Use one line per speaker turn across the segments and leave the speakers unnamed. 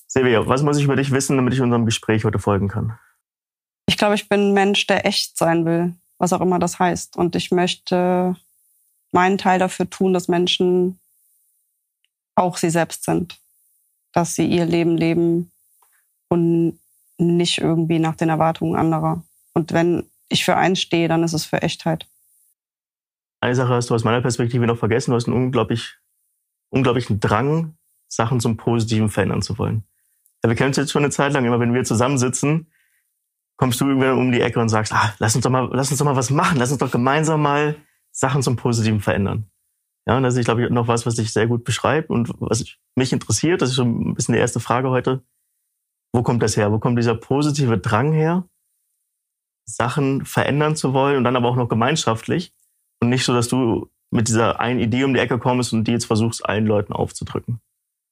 Silvia, was muss ich über dich wissen, damit ich unserem Gespräch heute folgen kann?
Ich glaube, ich bin ein Mensch, der echt sein will, was auch immer das heißt. Und ich möchte meinen Teil dafür tun, dass Menschen auch sie selbst sind. Dass sie ihr Leben leben und nicht irgendwie nach den Erwartungen anderer. Und wenn ich für eins stehe, dann ist es für Echtheit.
Eine Sache hast du aus meiner Perspektive noch vergessen. Du hast einen unglaublichen Drang, Sachen zum Positiven verändern zu wollen. Ja, wir kennen uns jetzt schon eine Zeit lang, immer wenn wir zusammensitzen, kommst du irgendwann um die Ecke und sagst, lass uns doch mal was machen. Lass uns doch gemeinsam mal Sachen zum Positiven verändern. Ja, und das ist, glaube ich, noch was dich sehr gut beschreibt und was mich interessiert. Das ist schon ein bisschen die erste Frage heute. Wo kommt das her? Wo kommt dieser positive Drang her, Sachen verändern zu wollen und dann aber auch noch gemeinschaftlich und nicht so, dass du mit dieser einen Idee um die Ecke kommst und die jetzt versuchst, allen Leuten aufzudrücken?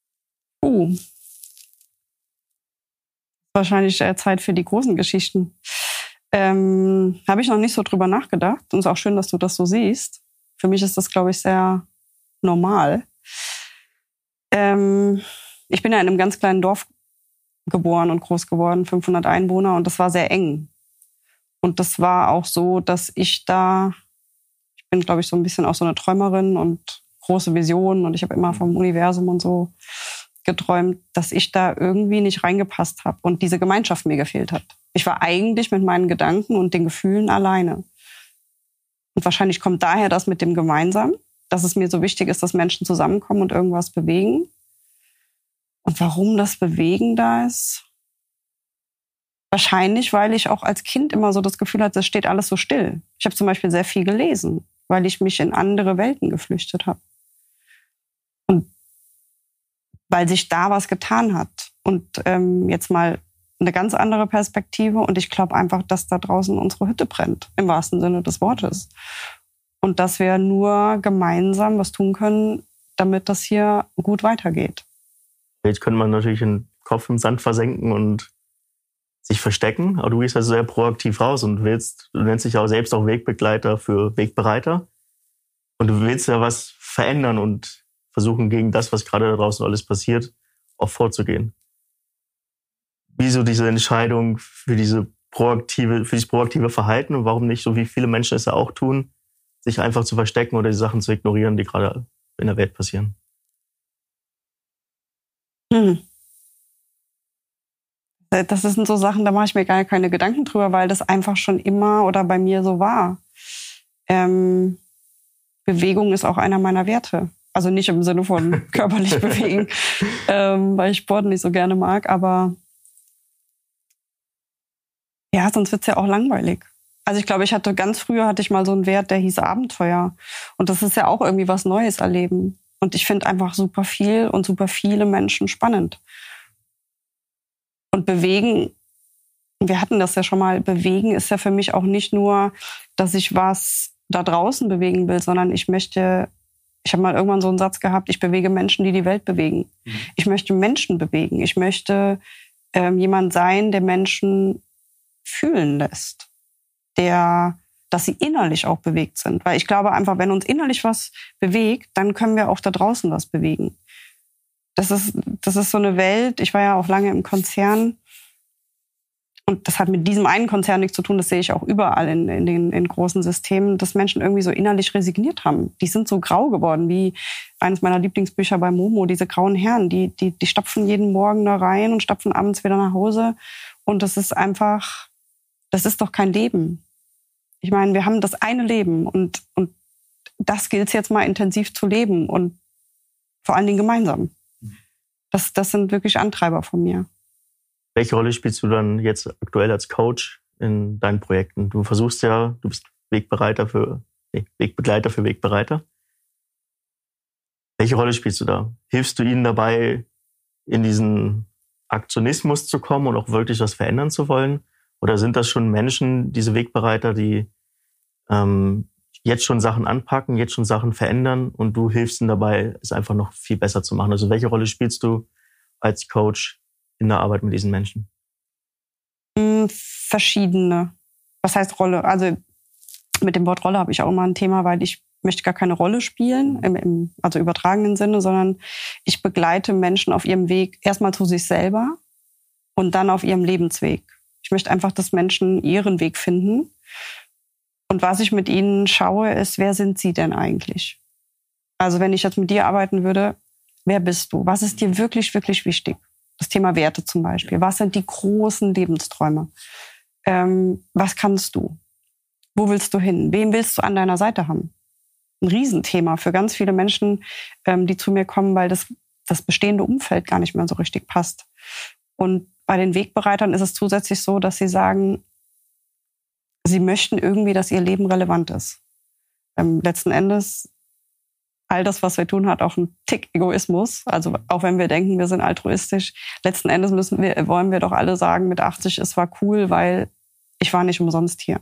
Wahrscheinlich Zeit für die großen Geschichten. Habe ich noch nicht so drüber nachgedacht. Und es ist auch schön, dass du das so siehst. Für mich ist das, glaube ich, sehr normal. Ich bin ja in einem ganz kleinen Dorf geboren und groß geworden, 500 Einwohner. Und das war sehr eng. Und das war auch so, dass ich bin, glaube ich, so ein bisschen auch so eine Träumerin und große Visionen. Und ich habe immer vom Universum und so geträumt, dass ich da irgendwie nicht reingepasst habe und diese Gemeinschaft mir gefehlt hat. Ich war eigentlich mit meinen Gedanken und den Gefühlen alleine. Und wahrscheinlich kommt daher das mit dem Gemeinsam, dass es mir so wichtig ist, dass Menschen zusammenkommen und irgendwas bewegen. Und warum das Bewegen da ist? Wahrscheinlich, weil ich auch als Kind immer so das Gefühl hatte, es steht alles so still. Ich habe zum Beispiel sehr viel gelesen, weil ich mich in andere Welten geflüchtet habe. Und weil sich da was getan hat. Und jetzt mal eine ganz andere Perspektive. Und ich glaube einfach, dass da draußen unsere Hütte brennt, im wahrsten Sinne des Wortes. Und dass wir nur gemeinsam was tun können, damit das hier gut weitergeht.
Jetzt könnte man natürlich den Kopf im Sand versenken und sich verstecken. Aber du gehst also sehr proaktiv raus und du nennst dich auch selbst auch Wegbegleiter für Wegbereiter. Und du willst ja was verändern und versuchen, gegen das, was gerade da draußen alles passiert, auch vorzugehen. Wieso diese Entscheidung für dieses proaktive Verhalten und warum nicht, so wie viele Menschen es ja auch tun, sich einfach zu verstecken oder die Sachen zu ignorieren, die gerade in der Welt passieren?
Das sind so Sachen, da mache ich mir gar keine Gedanken drüber, weil das einfach schon immer oder bei mir so war. Bewegung ist auch einer meiner Werte. Also nicht im Sinne von körperlich bewegen, weil ich Sport nicht so gerne mag, aber ja, sonst wird's ja auch langweilig. Also ich glaube, ganz früher hatte ich mal so einen Wert, der hieß Abenteuer. Und das ist ja auch irgendwie was Neues erleben. Und ich finde einfach super viel und super viele Menschen spannend. Und bewegen, wir hatten das ja schon mal, bewegen ist ja für mich auch nicht nur, dass ich was da draußen bewegen will, sondern ich habe mal irgendwann so einen Satz gehabt, ich bewege Menschen, die die Welt bewegen. Ich möchte Menschen bewegen. Ich möchte jemand sein, der Menschen fühlen lässt. Dass sie innerlich auch bewegt sind. Weil ich glaube einfach, wenn uns innerlich was bewegt, dann können wir auch da draußen was bewegen. Das ist so eine Welt, ich war ja auch lange im Konzern und das hat mit diesem einen Konzern nichts zu tun, das sehe ich auch überall in großen Systemen, dass Menschen irgendwie so innerlich resigniert haben. Die sind so grau geworden, wie eines meiner Lieblingsbücher bei Momo, diese grauen Herren, die stapfen jeden Morgen da rein und stapfen abends wieder nach Hause und das ist doch kein Leben. Ich meine, wir haben das eine Leben und das gilt es jetzt mal intensiv zu leben und vor allen Dingen gemeinsam. Das sind wirklich Antreiber von mir.
Welche Rolle spielst du dann jetzt aktuell als Coach in deinen Projekten? Du bist Wegbegleiter für Wegbereiter. Welche Rolle spielst du da? Hilfst du ihnen dabei, in diesen Aktionismus zu kommen und auch wirklich was verändern zu wollen? Oder sind das schon Menschen, diese Wegbereiter, die jetzt schon Sachen anpacken, jetzt schon Sachen verändern und du hilfst ihnen dabei, es einfach noch viel besser zu machen? Also welche Rolle spielst du als Coach in der Arbeit mit diesen Menschen?
Verschiedene. Was heißt Rolle? Also mit dem Wort Rolle habe ich auch immer ein Thema, weil ich möchte gar keine Rolle spielen, im also übertragenen Sinne, sondern ich begleite Menschen auf ihrem Weg erstmal zu sich selber und dann auf ihrem Lebensweg. Ich möchte einfach, dass Menschen ihren Weg finden. Und was ich mit ihnen schaue, ist, wer sind sie denn eigentlich? Also wenn ich jetzt mit dir arbeiten würde, wer bist du? Was ist dir wirklich, wirklich wichtig? Das Thema Werte zum Beispiel. Was sind die großen Lebensträume? Was kannst du? Wo willst du hin? Wen willst du an deiner Seite haben? Ein Riesenthema für ganz viele Menschen, die zu mir kommen, weil das bestehende Umfeld gar nicht mehr so richtig passt. Und bei den Wegbereitern ist es zusätzlich so, dass sie sagen, sie möchten irgendwie, dass ihr Leben relevant ist. Letzten Endes, all das, was wir tun, hat auch einen Tick Egoismus. Also auch wenn wir denken, wir sind altruistisch, letzten Endes wollen wir doch alle sagen, mit 80, es war cool, weil ich war nicht umsonst hier.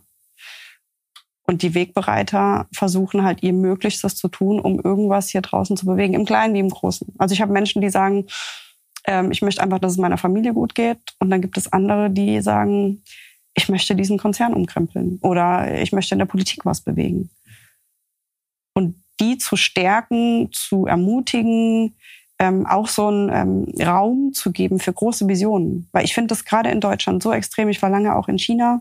Und die Wegbereiter versuchen halt ihr Möglichstes zu tun, um irgendwas hier draußen zu bewegen, im Kleinen wie im Großen. Also ich habe Menschen, die sagen, ich möchte einfach, dass es meiner Familie gut geht. Und dann gibt es andere, die sagen, ich möchte diesen Konzern umkrempeln oder ich möchte in der Politik was bewegen. Und die zu stärken, zu ermutigen, auch so einen Raum zu geben für große Visionen. Weil ich finde das gerade in Deutschland so extrem. Ich war lange auch in China.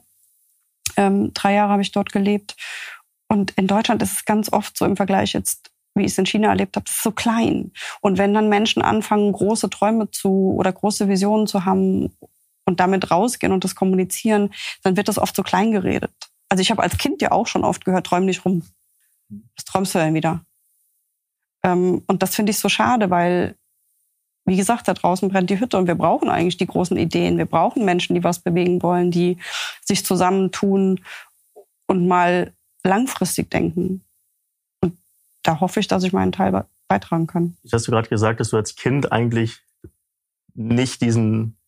3 Jahre habe ich dort gelebt. Und in Deutschland ist es ganz oft so im Vergleich jetzt, wie ich es in China erlebt habe, es ist so klein. Und wenn dann Menschen anfangen, große Träume oder große Visionen zu haben und damit rausgehen und das kommunizieren, dann wird das oft so klein geredet. Also ich habe als Kind ja auch schon oft gehört, träum nicht rum. Was träumst du denn wieder? Und das finde ich so schade, weil, wie gesagt, da draußen brennt die Hütte und wir brauchen eigentlich die großen Ideen. Wir brauchen Menschen, die was bewegen wollen, die sich zusammentun und mal langfristig denken. Und da hoffe ich, dass ich meinen Teil beitragen kann.
Jetzt hast du gerade gesagt, dass du als Kind eigentlich nicht diesen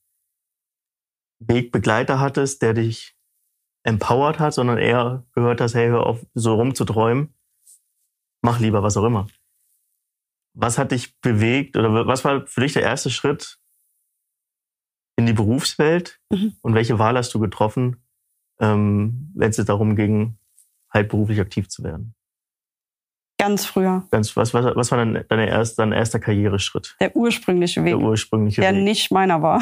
Wegbegleiter hattest, der dich empowert hat, sondern eher gehört hast, hey, hör auf, so rumzuträumen. Mach lieber was auch immer. Was hat dich bewegt oder was war für dich der erste Schritt in die Berufswelt? Und welche Wahl hast du getroffen, wenn es darum ging, halt beruflich aktiv zu werden?
Ganz früher.
Was war dann dein erster Karriereschritt?
Der ursprüngliche Weg.
Der
nicht meiner war.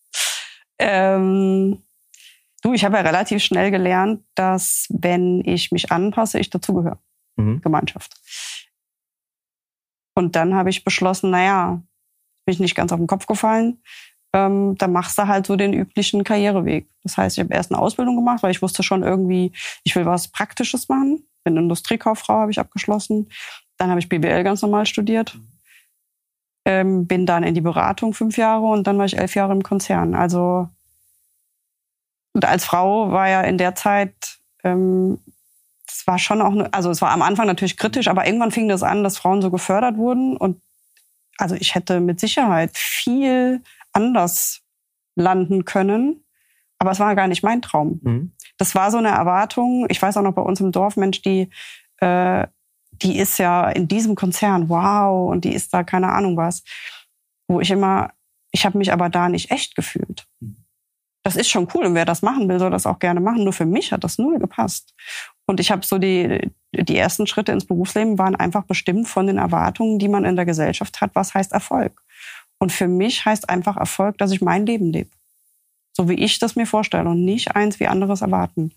Ich habe ja relativ schnell gelernt, dass wenn ich mich anpasse, ich dazugehöre. Gemeinschaft. Und dann habe ich beschlossen, bin ich nicht ganz auf den Kopf gefallen, dann machst du halt so den üblichen Karriereweg. Das heißt, ich habe erst eine Ausbildung gemacht, weil ich wusste schon irgendwie, ich will was Praktisches machen. Bin Industriekauffrau, habe ich abgeschlossen. Dann habe ich BWL ganz normal studiert. Bin dann in die Beratung 5 Jahre und dann war ich 11 Jahre im Konzern. Also und als Frau war ja in der Zeit es war schon auch, es war am Anfang natürlich kritisch, aber irgendwann fing das an, dass Frauen so gefördert wurden. Und also ich hätte mit Sicherheit viel anders landen können, aber es war gar nicht mein Traum. Das war so eine Erwartung. Ich weiß auch noch bei uns im Dorf, Mensch, die ist ja in diesem Konzern, wow, und die ist da keine Ahnung was. Ich habe mich aber da nicht echt gefühlt. Das ist schon cool und wer das machen will, soll das auch gerne machen. Nur für mich hat das null gepasst. Und ich habe so die ersten Schritte ins Berufsleben waren einfach bestimmt von den Erwartungen, die man in der Gesellschaft hat. Was heißt Erfolg? Und für mich heißt einfach Erfolg, dass ich mein Leben lebe. So wie ich das mir vorstelle und nicht eins, wie andere es erwarten.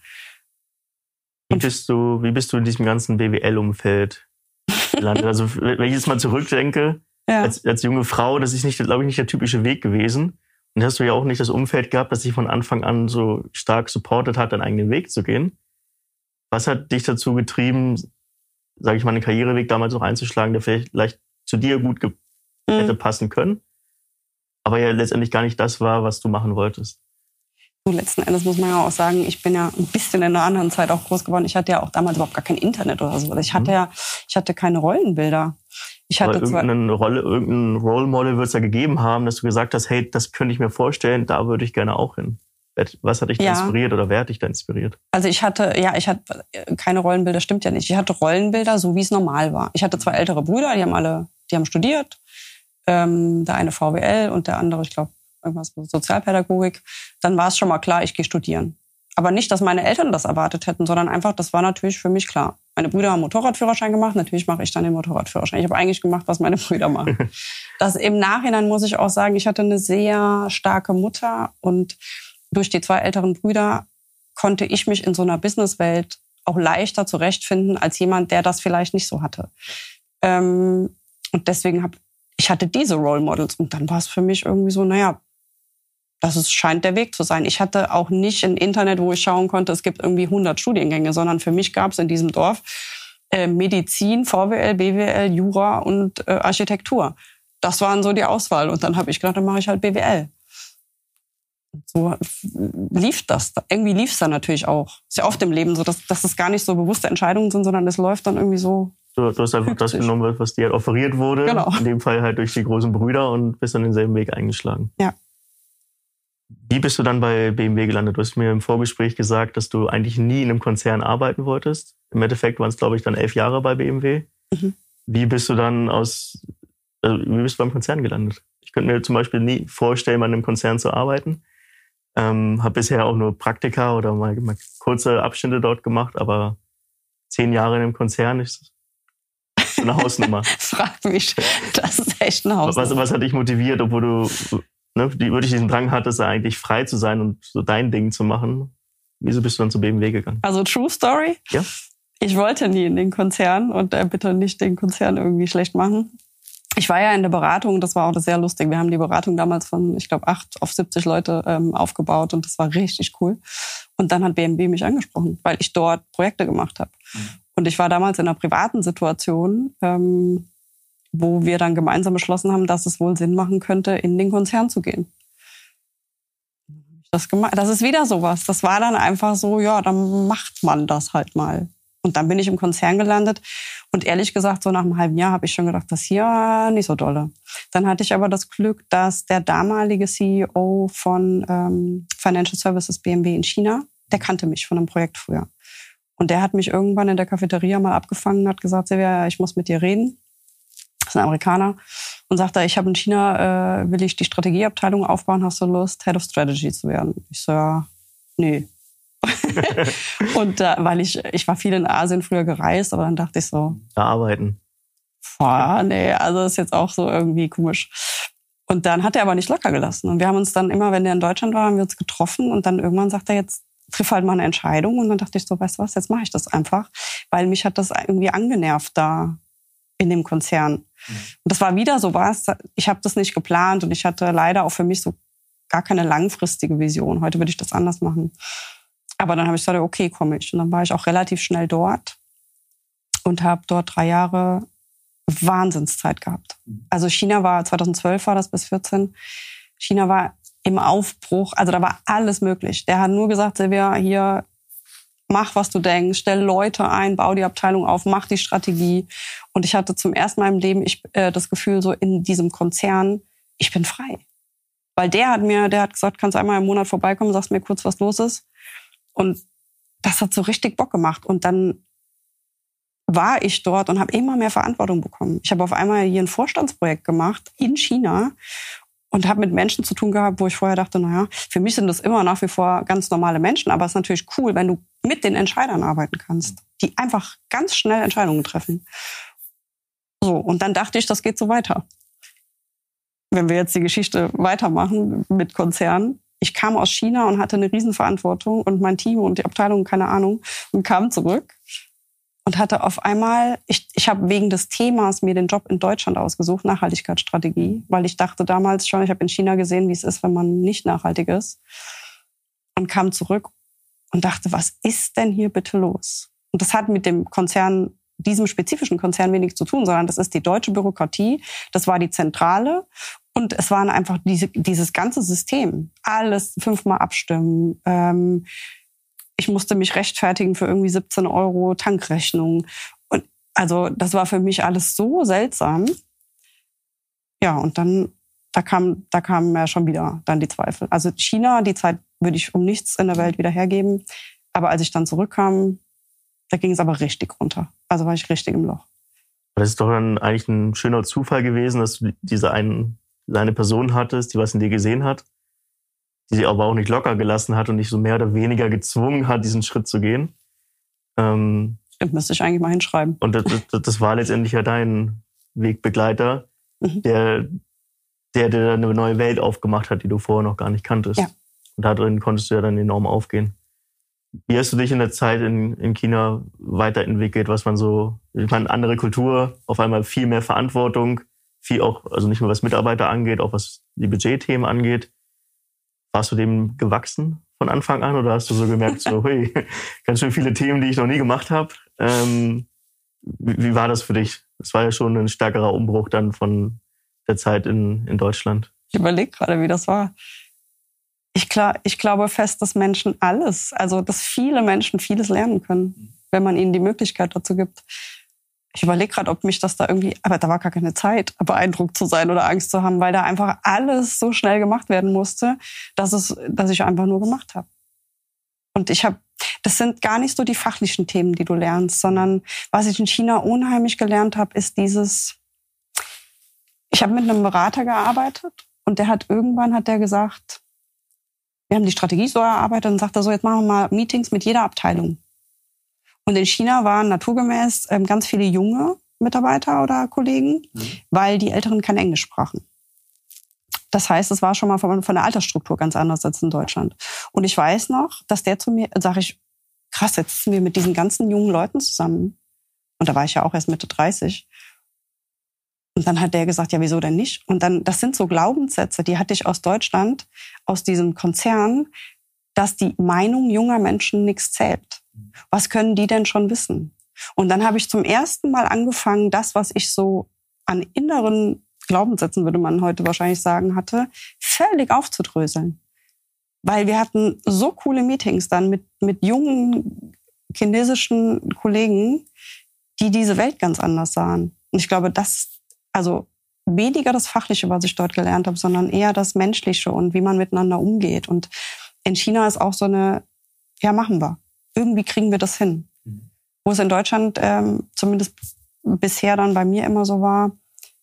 Wie bist du in diesem ganzen BWL-Umfeld gelandet? Also wenn ich jetzt mal zurückdenke, als junge Frau, das ist glaube ich, nicht der typische Weg gewesen. Und hast du ja auch nicht das Umfeld gehabt, das dich von Anfang an so stark supportet hat, deinen eigenen Weg zu gehen. Was hat dich dazu getrieben, sage ich mal, einen Karriereweg damals noch einzuschlagen, der vielleicht zu dir gut hätte passen können, aber ja letztendlich gar nicht das war, was du machen wolltest?
So, letzten Endes muss man ja auch sagen, ich bin ja ein bisschen in einer anderen Zeit auch groß geworden. Ich hatte ja auch damals überhaupt gar kein Internet oder so. Ich hatte keine Rollenbilder.
Irgendein Role Model wird es ja gegeben haben, dass du gesagt hast, hey, das könnte ich mir vorstellen, da würde ich gerne auch hin. Was hat dich da inspiriert oder wer hat dich da inspiriert?
Also ich hatte keine Rollenbilder, stimmt ja nicht. Ich hatte Rollenbilder, so wie es normal war. Ich hatte 2 ältere Brüder, die haben studiert. Der eine VWL und der andere, ich glaube, irgendwas mit Sozialpädagogik. Dann war es schon mal klar, ich gehe studieren. Aber nicht, dass meine Eltern das erwartet hätten, sondern einfach, das war natürlich für mich klar. Meine Brüder haben Motorradführerschein gemacht, natürlich mache ich dann den Motorradführerschein. Ich habe eigentlich gemacht, was meine Brüder machen. Das im Nachhinein muss ich auch sagen, ich hatte eine sehr starke Mutter und durch die 2 älteren Brüder konnte ich mich in so einer Businesswelt auch leichter zurechtfinden als jemand, der das vielleicht nicht so hatte. Und deswegen ich hatte diese Role Models und dann war es für mich irgendwie so, scheint der Weg zu sein. Ich hatte auch nicht ein Internet, wo ich schauen konnte, es gibt irgendwie 100 Studiengänge, sondern für mich gab es in diesem Dorf Medizin, VWL, BWL, Jura und Architektur. Das waren so die Auswahl. Und dann habe ich gedacht, dann mache ich halt BWL. Und so lief das. Irgendwie lief es dann natürlich auch. Ist ja oft im Leben so, dass es gar nicht so bewusste Entscheidungen sind, sondern es läuft dann irgendwie so.
Du hast einfach das genommen, was dir halt offeriert wurde.
Genau.
In dem Fall halt durch die großen Brüder und bist dann denselben Weg eingeschlagen.
Ja.
Wie bist du dann bei BMW gelandet? Du hast mir im Vorgespräch gesagt, dass du eigentlich nie in einem Konzern arbeiten wolltest. Im Endeffekt waren es, glaube ich, dann 11 Jahre bei BMW. Mhm. Wie bist du dann wie bist du beim Konzern gelandet? Ich könnte mir zum Beispiel nie vorstellen, bei einem Konzern zu arbeiten. Habe bisher auch nur Praktika oder mal kurze Abschnitte dort gemacht, aber 10 Jahre in einem Konzern ist so eine Hausnummer.
Frag mich, das ist echt eine Hausnummer.
Was hat dich motiviert, obwohl du wirklich diesen Drang hattest, eigentlich frei zu sein und so dein Ding zu machen? Wieso bist du dann zu BMW gegangen?
Also True Story?
Ja.
Ich wollte nie in den Konzern und bitte nicht den Konzern irgendwie schlecht machen. Ich war ja in der Beratung, das war auch sehr lustig. Wir haben die Beratung damals von, ich glaube, 8 auf 70 Leute aufgebaut und das war richtig cool. Und dann hat BMW mich angesprochen, weil ich dort Projekte gemacht habe. Mhm. Und ich war damals in einer privaten Situation, wo wir dann gemeinsam beschlossen haben, dass es wohl Sinn machen könnte, in den Konzern zu gehen. Das ist wieder sowas. Das war dann einfach so, ja, dann macht man das halt mal. Und dann bin ich im Konzern gelandet. Und ehrlich gesagt, so nach einem halben Jahr habe ich schon gedacht, das hier nicht so dolle. Dann hatte ich aber das Glück, dass der damalige CEO von Financial Services BMW in China, der kannte mich von einem Projekt früher. Und der hat mich irgendwann in der Cafeteria mal abgefangen und hat gesagt, Silvia, ich muss mit dir reden. Das ist ein Amerikaner. Und sagte, ich habe in China, will ich die Strategieabteilung aufbauen, hast du Lust, Head of Strategy zu werden? Ich so, ja, nee. Und weil ich war viel in Asien früher gereist, aber dann dachte ich so.
Da arbeiten.
Boah, nee, also das ist jetzt auch so irgendwie komisch. Und dann hat er aber nicht locker gelassen. Und wir haben uns dann immer, wenn der in Deutschland war, haben wir uns getroffen und dann irgendwann sagt er, jetzt triff halt mal eine Entscheidung. Und dann dachte ich so, weißt du was, jetzt mache ich das einfach. Weil mich hat das irgendwie angenervt da in dem Konzern. Mhm. Und das war wieder so was, ich habe das nicht geplant und ich hatte leider auch für mich so gar keine langfristige Vision. Heute würde ich das anders machen. Aber dann habe ich gesagt, okay, komme ich. Und dann war ich auch relativ schnell dort und habe dort 3 Jahre Wahnsinnszeit gehabt. Also 2012 war das bis 14. China war im Aufbruch, also da war alles möglich. Der hat nur gesagt, Silvia, hier, mach, was du denkst, stell Leute ein, bau die Abteilung auf, mach die Strategie. Und ich hatte zum ersten Mal im Leben das Gefühl, so in diesem Konzern, ich bin frei. Weil der hat gesagt, kannst einmal im Monat vorbeikommen, sagst mir kurz, was los ist. Und das hat so richtig Bock gemacht. Und dann war ich dort und habe immer mehr Verantwortung bekommen. Ich habe auf einmal hier ein Vorstandsprojekt gemacht in China und habe mit Menschen zu tun gehabt, wo ich vorher dachte, naja, für mich sind das immer nach wie vor ganz normale Menschen. Aber es ist natürlich cool, wenn du mit den Entscheidern arbeiten kannst, die einfach ganz schnell Entscheidungen treffen. So, und dann dachte ich, das geht so weiter. Wenn wir jetzt die Geschichte weitermachen mit Konzernen. Ich kam aus China und hatte eine Riesenverantwortung und mein Team und die Abteilung, keine Ahnung, und kam zurück und hatte auf einmal, ich habe wegen des Themas mir den Job in Deutschland ausgesucht, Nachhaltigkeitsstrategie, weil ich dachte damals schon, ich habe in China gesehen, wie es ist, wenn man nicht nachhaltig ist, und kam zurück und dachte, was ist denn hier bitte los? Und das hat mit dem Konzern, diesem spezifischen Konzern wenig zu tun, sondern das ist die deutsche Bürokratie, das war die Zentrale. Und es waren einfach dieses ganze System. Alles 5-mal abstimmen. Ich musste mich rechtfertigen für irgendwie 17 € Tankrechnung. Und also das war für mich alles so seltsam. Ja, und dann da kamen ja schon wieder dann die Zweifel. Also China, die Zeit würde ich um nichts in der Welt wieder hergeben. Aber als ich dann zurückkam, da ging es aber richtig runter. Also war ich richtig im Loch.
Das ist doch dann eigentlich ein schöner Zufall gewesen, dass du eine Person hattest, die was in dir gesehen hat, die sie aber auch nicht locker gelassen hat und dich so mehr oder weniger gezwungen hat, diesen Schritt zu gehen.
Stimmt, müsste ich eigentlich mal hinschreiben.
Und das war letztendlich ja dein Wegbegleiter, der eine neue Welt aufgemacht hat, die du vorher noch gar nicht kanntest.
Ja.
Und darin konntest du ja dann enorm aufgehen. Wie hast du dich in der Zeit in China weiterentwickelt, was man so, ich meine, andere Kultur, auf einmal viel mehr Verantwortung, viel auch, also nicht nur was Mitarbeiter angeht, auch was die Budgetthemen angeht. Warst du dem gewachsen von Anfang an oder hast du so gemerkt, so, hey, ganz schön viele Themen, die ich noch nie gemacht habe? Wie war das für dich? Das war ja schon ein stärkerer Umbruch dann von der Zeit in Deutschland.
Ich überlege gerade, wie das war. Ich glaube fest, dass Menschen dass viele Menschen vieles lernen können, wenn man ihnen die Möglichkeit dazu gibt. Ich überlege gerade, ob mich das da irgendwie, aber da war gar keine Zeit, beeindruckt zu sein oder Angst zu haben, weil da einfach alles so schnell gemacht werden musste, dass ich einfach nur gemacht habe. Und das sind gar nicht so die fachlichen Themen, die du lernst, sondern was ich in China unheimlich gelernt habe, ist ich habe mit einem Berater gearbeitet und der hat gesagt, wir haben die Strategie so erarbeitet und sagte so, jetzt machen wir mal Meetings mit jeder Abteilung. Und in China waren naturgemäß ganz viele junge Mitarbeiter oder Kollegen, weil die Älteren kein Englisch sprachen. Das heißt, es war schon mal von der Altersstruktur ganz anders als in Deutschland. Und ich weiß noch, dass der zu mir, sage ich, krass, jetzt sitzen wir mit diesen ganzen jungen Leuten zusammen. Und da war ich ja auch erst Mitte 30. Und dann hat der gesagt, ja, wieso denn nicht? Und dann, das sind so Glaubenssätze, die hatte ich aus Deutschland, aus diesem Konzern, dass die Meinung junger Menschen nichts zählt. Was können die denn schon wissen? Und dann habe ich zum ersten Mal angefangen, das, was ich so an inneren Glaubenssätzen, würde man heute wahrscheinlich sagen, hatte, völlig aufzudröseln. Weil wir hatten so coole Meetings dann mit jungen chinesischen Kollegen, die diese Welt ganz anders sahen. Und ich glaube, also weniger das Fachliche, was ich dort gelernt habe, sondern eher das Menschliche und wie man miteinander umgeht. Und in China ist auch so ja, machen wir. Irgendwie kriegen wir das hin. Wo es in Deutschland zumindest bisher dann bei mir immer so war,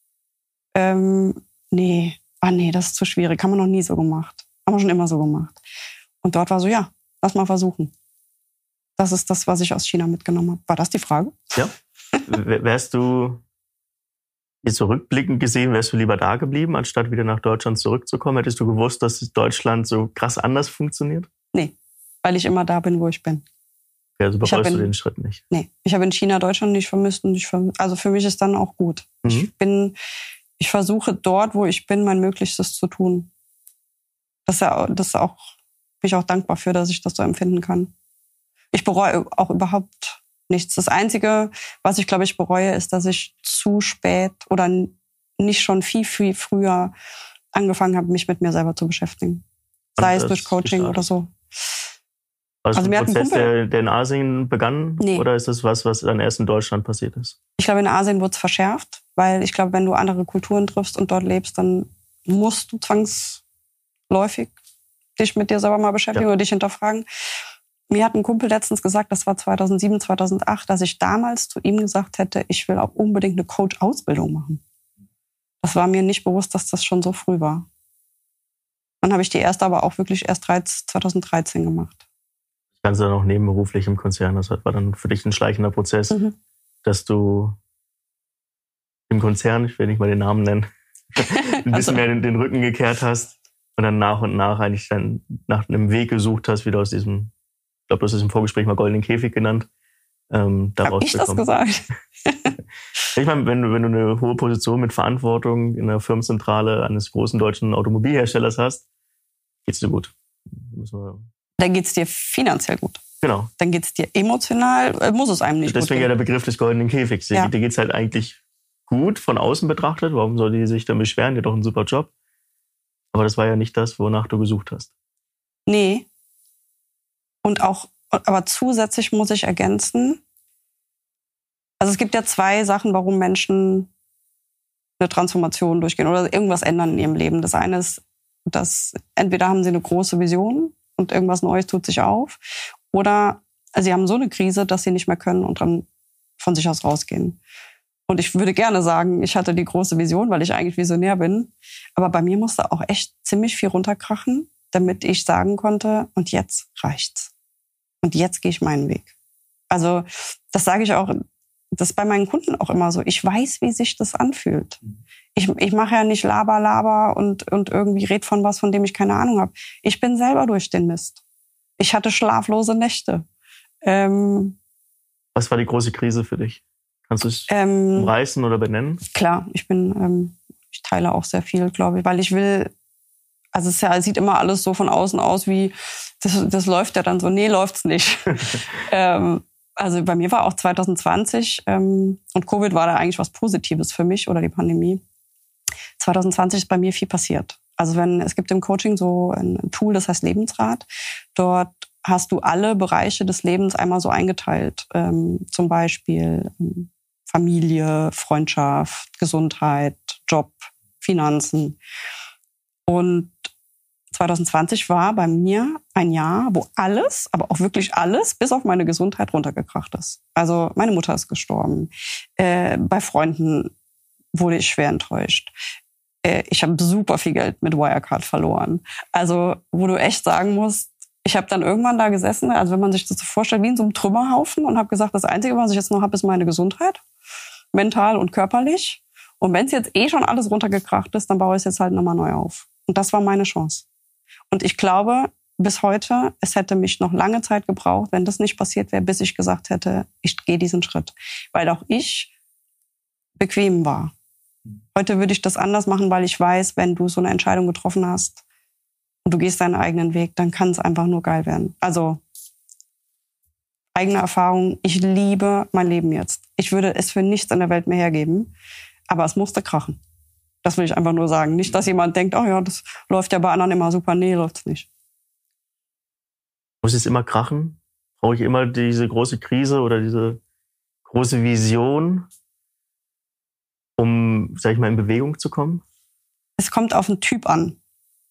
nee, das ist zu schwierig, haben wir noch nie so gemacht. Haben wir schon immer so gemacht. Und dort war so, ja, lass mal versuchen. Das ist das, was ich aus China mitgenommen habe. War das die Frage?
Ja. Wärst du jetzt zurückblickend gesehen, wärst du lieber da geblieben, anstatt wieder nach Deutschland zurückzukommen? Hättest du gewusst, dass Deutschland so krass anders funktioniert? Nee,
weil ich immer da bin, wo ich bin.
Okay, also bereust du den Schritt nicht?
Nee, ich habe in China Deutschland nicht vermisst und also für mich ist dann auch gut. Ich versuche dort, wo ich bin, mein Möglichstes zu tun. Bin ich auch dankbar für, dass ich das so empfinden kann. Ich bereue auch überhaupt nichts. Das Einzige, was ich, glaube ich, bereue, ist, dass ich zu spät oder nicht schon viel, viel früher angefangen habe, mich mit mir selber zu beschäftigen. Sei es durch Coaching oder so.
Also ein Prozess, der in Asien begann? Nee. Oder ist das was dann erst in Deutschland passiert ist?
Ich glaube, in Asien wurde es verschärft, weil ich glaube, wenn du andere Kulturen triffst und dort lebst, dann musst du zwangsläufig dich mit dir selber mal beschäftigen oder dich hinterfragen. Mir hat ein Kumpel letztens gesagt, das war 2007, 2008, dass ich damals zu ihm gesagt hätte, ich will auch unbedingt eine Coach-Ausbildung machen. Das war mir nicht bewusst, dass das schon so früh war. Dann habe ich die erste aber auch wirklich erst 2013 gemacht.
Das Ganze dann auch nebenberuflich im Konzern. Das war dann für dich ein schleichender Prozess, dass du im Konzern, ich will nicht mal den Namen nennen, ein bisschen mehr den Rücken gekehrt hast und dann nach und nach eigentlich dann nach einem Weg gesucht hast, wieder aus diesem, ich glaube, du hast es im Vorgespräch mal goldenen Käfig genannt, da
hab ich das gesagt?
Ich meine, wenn du eine hohe Position mit Verantwortung in der Firmenzentrale eines großen deutschen Automobilherstellers hast, geht's dir gut.
Dann geht's dir finanziell gut.
Genau.
Dann geht's dir emotional, muss es einem nicht gut gehen.
Deswegen ja der Begriff des goldenen Käfigs. Dir geht's halt eigentlich gut von außen betrachtet. Warum soll die sich dann beschweren? Die hat doch einen super Job. Aber das war ja nicht das, wonach du gesucht hast.
Nee. Aber zusätzlich muss ich ergänzen, also es gibt ja 2 Sachen, warum Menschen eine Transformation durchgehen oder irgendwas ändern in ihrem Leben. Das eine ist, dass entweder haben sie eine große Vision und irgendwas Neues tut sich auf, oder sie haben so eine Krise, dass sie nicht mehr können und dann von sich aus rausgehen. Und ich würde gerne sagen, ich hatte die große Vision, weil ich eigentlich visionär bin. Aber bei mir musste auch echt ziemlich viel runterkrachen, damit ich sagen konnte, und jetzt reicht's. Und jetzt gehe ich meinen Weg. Also das sage ich auch, das ist bei meinen Kunden auch immer so. Ich weiß, wie sich das anfühlt. Ich mache ja nicht Laber und irgendwie red von was, von dem ich keine Ahnung habe. Ich bin selber durch den Mist. Ich hatte schlaflose Nächte.
Was war die große Krise für dich? Kannst du es umreißen oder benennen?
Klar, ich teile auch sehr viel, glaube ich, weil ich will, also es sieht immer alles so von außen aus wie, das läuft ja dann so. Nee, läuft's nicht. Also bei mir war auch 2020, und Covid war da eigentlich was Positives für mich oder die Pandemie. 2020 ist bei mir viel passiert. Also es gibt im Coaching so ein Tool, das heißt Lebensrat. Dort hast du alle Bereiche des Lebens einmal so eingeteilt. Zum Beispiel Familie, Freundschaft, Gesundheit, Job, Finanzen. Und 2020 war bei mir ein Jahr, wo alles, aber auch wirklich alles, bis auf meine Gesundheit runtergekracht ist. Also meine Mutter ist gestorben. Bei Freunden wurde ich schwer enttäuscht. Ich habe super viel Geld mit Wirecard verloren. Also wo du echt sagen musst, ich habe dann irgendwann da gesessen, also wenn man sich das so vorstellt, wie in so einem Trümmerhaufen und habe gesagt, das Einzige, was ich jetzt noch habe, ist meine Gesundheit, mental und körperlich. Und wenn es jetzt schon alles runtergekracht ist, dann baue ich es jetzt halt nochmal neu auf. Und das war meine Chance. Und ich glaube, bis heute, es hätte mich noch lange Zeit gebraucht, wenn das nicht passiert wäre, bis ich gesagt hätte, ich gehe diesen Schritt. Weil auch ich bequem war. Heute würde ich das anders machen, weil ich weiß, wenn du so eine Entscheidung getroffen hast und du gehst deinen eigenen Weg, dann kann es einfach nur geil werden. Also eigene Erfahrung, ich liebe mein Leben jetzt. Ich würde es für nichts in der Welt mehr hergeben, aber es musste krachen. Das will ich einfach nur sagen. Nicht, dass jemand denkt, oh ja, das läuft ja bei anderen immer super. Nee, läuft's nicht.
Muss es immer krachen? Brauche ich immer diese große Krise oder diese große Vision, um, sag ich mal, in Bewegung zu kommen?
Es kommt auf den Typ an.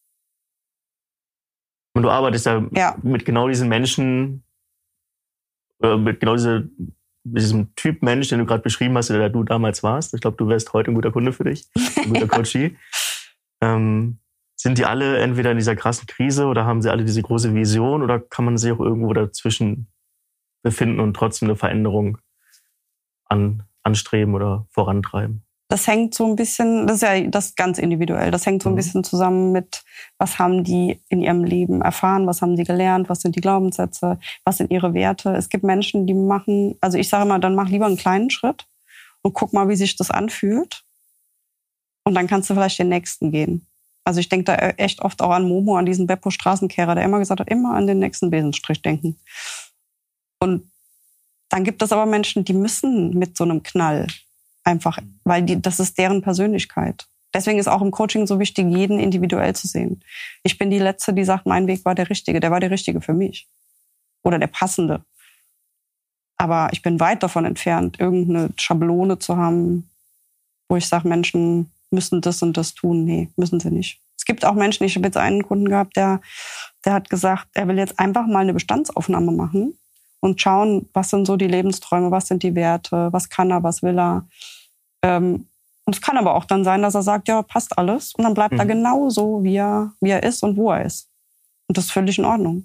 Und du arbeitest ja mit genau diesen Menschen, mit genau diesem Typ Mensch, den du gerade beschrieben hast, der du damals warst. Ich glaube, du wärst heute ein guter Kunde für dich, ein guter Coachie. Sind die alle entweder in dieser krassen Krise oder haben sie alle diese große Vision oder kann man sich auch irgendwo dazwischen befinden und trotzdem eine Veränderung anstreben oder vorantreiben?
Das hängt so ein bisschen, das ist ja das ganz individuell, das hängt so ein bisschen zusammen mit, was haben die in ihrem Leben erfahren, was haben sie gelernt, was sind die Glaubenssätze, was sind ihre Werte. Es gibt Menschen, die machen, also ich sage immer, dann mach lieber einen kleinen Schritt und guck mal, wie sich das anfühlt. Und dann kannst du vielleicht den nächsten gehen. Also ich denke da echt oft auch an Momo, an diesen Beppo-Straßenkehrer, der immer gesagt hat, immer an den nächsten Besenstrich denken. Und dann gibt es aber Menschen, die müssen mit so einem Knall einfach, weil das ist deren Persönlichkeit. Deswegen ist auch im Coaching so wichtig, jeden individuell zu sehen. Ich bin die Letzte, die sagt, mein Weg war der richtige. Der war der richtige für mich. Oder der passende. Aber ich bin weit davon entfernt, irgendeine Schablone zu haben, wo ich sage, Menschen müssen das und das tun. Nee, müssen sie nicht. Es gibt auch Menschen, ich habe jetzt einen Kunden gehabt, der hat gesagt, er will jetzt einfach mal eine Bestandsaufnahme machen und schauen, was sind so die Lebensträume, was sind die Werte, was kann er, was will er. Und es kann aber auch dann sein, dass er sagt, ja, passt alles. Und dann bleibt er genau so, wie er ist und wo er ist. Und das ist völlig in Ordnung.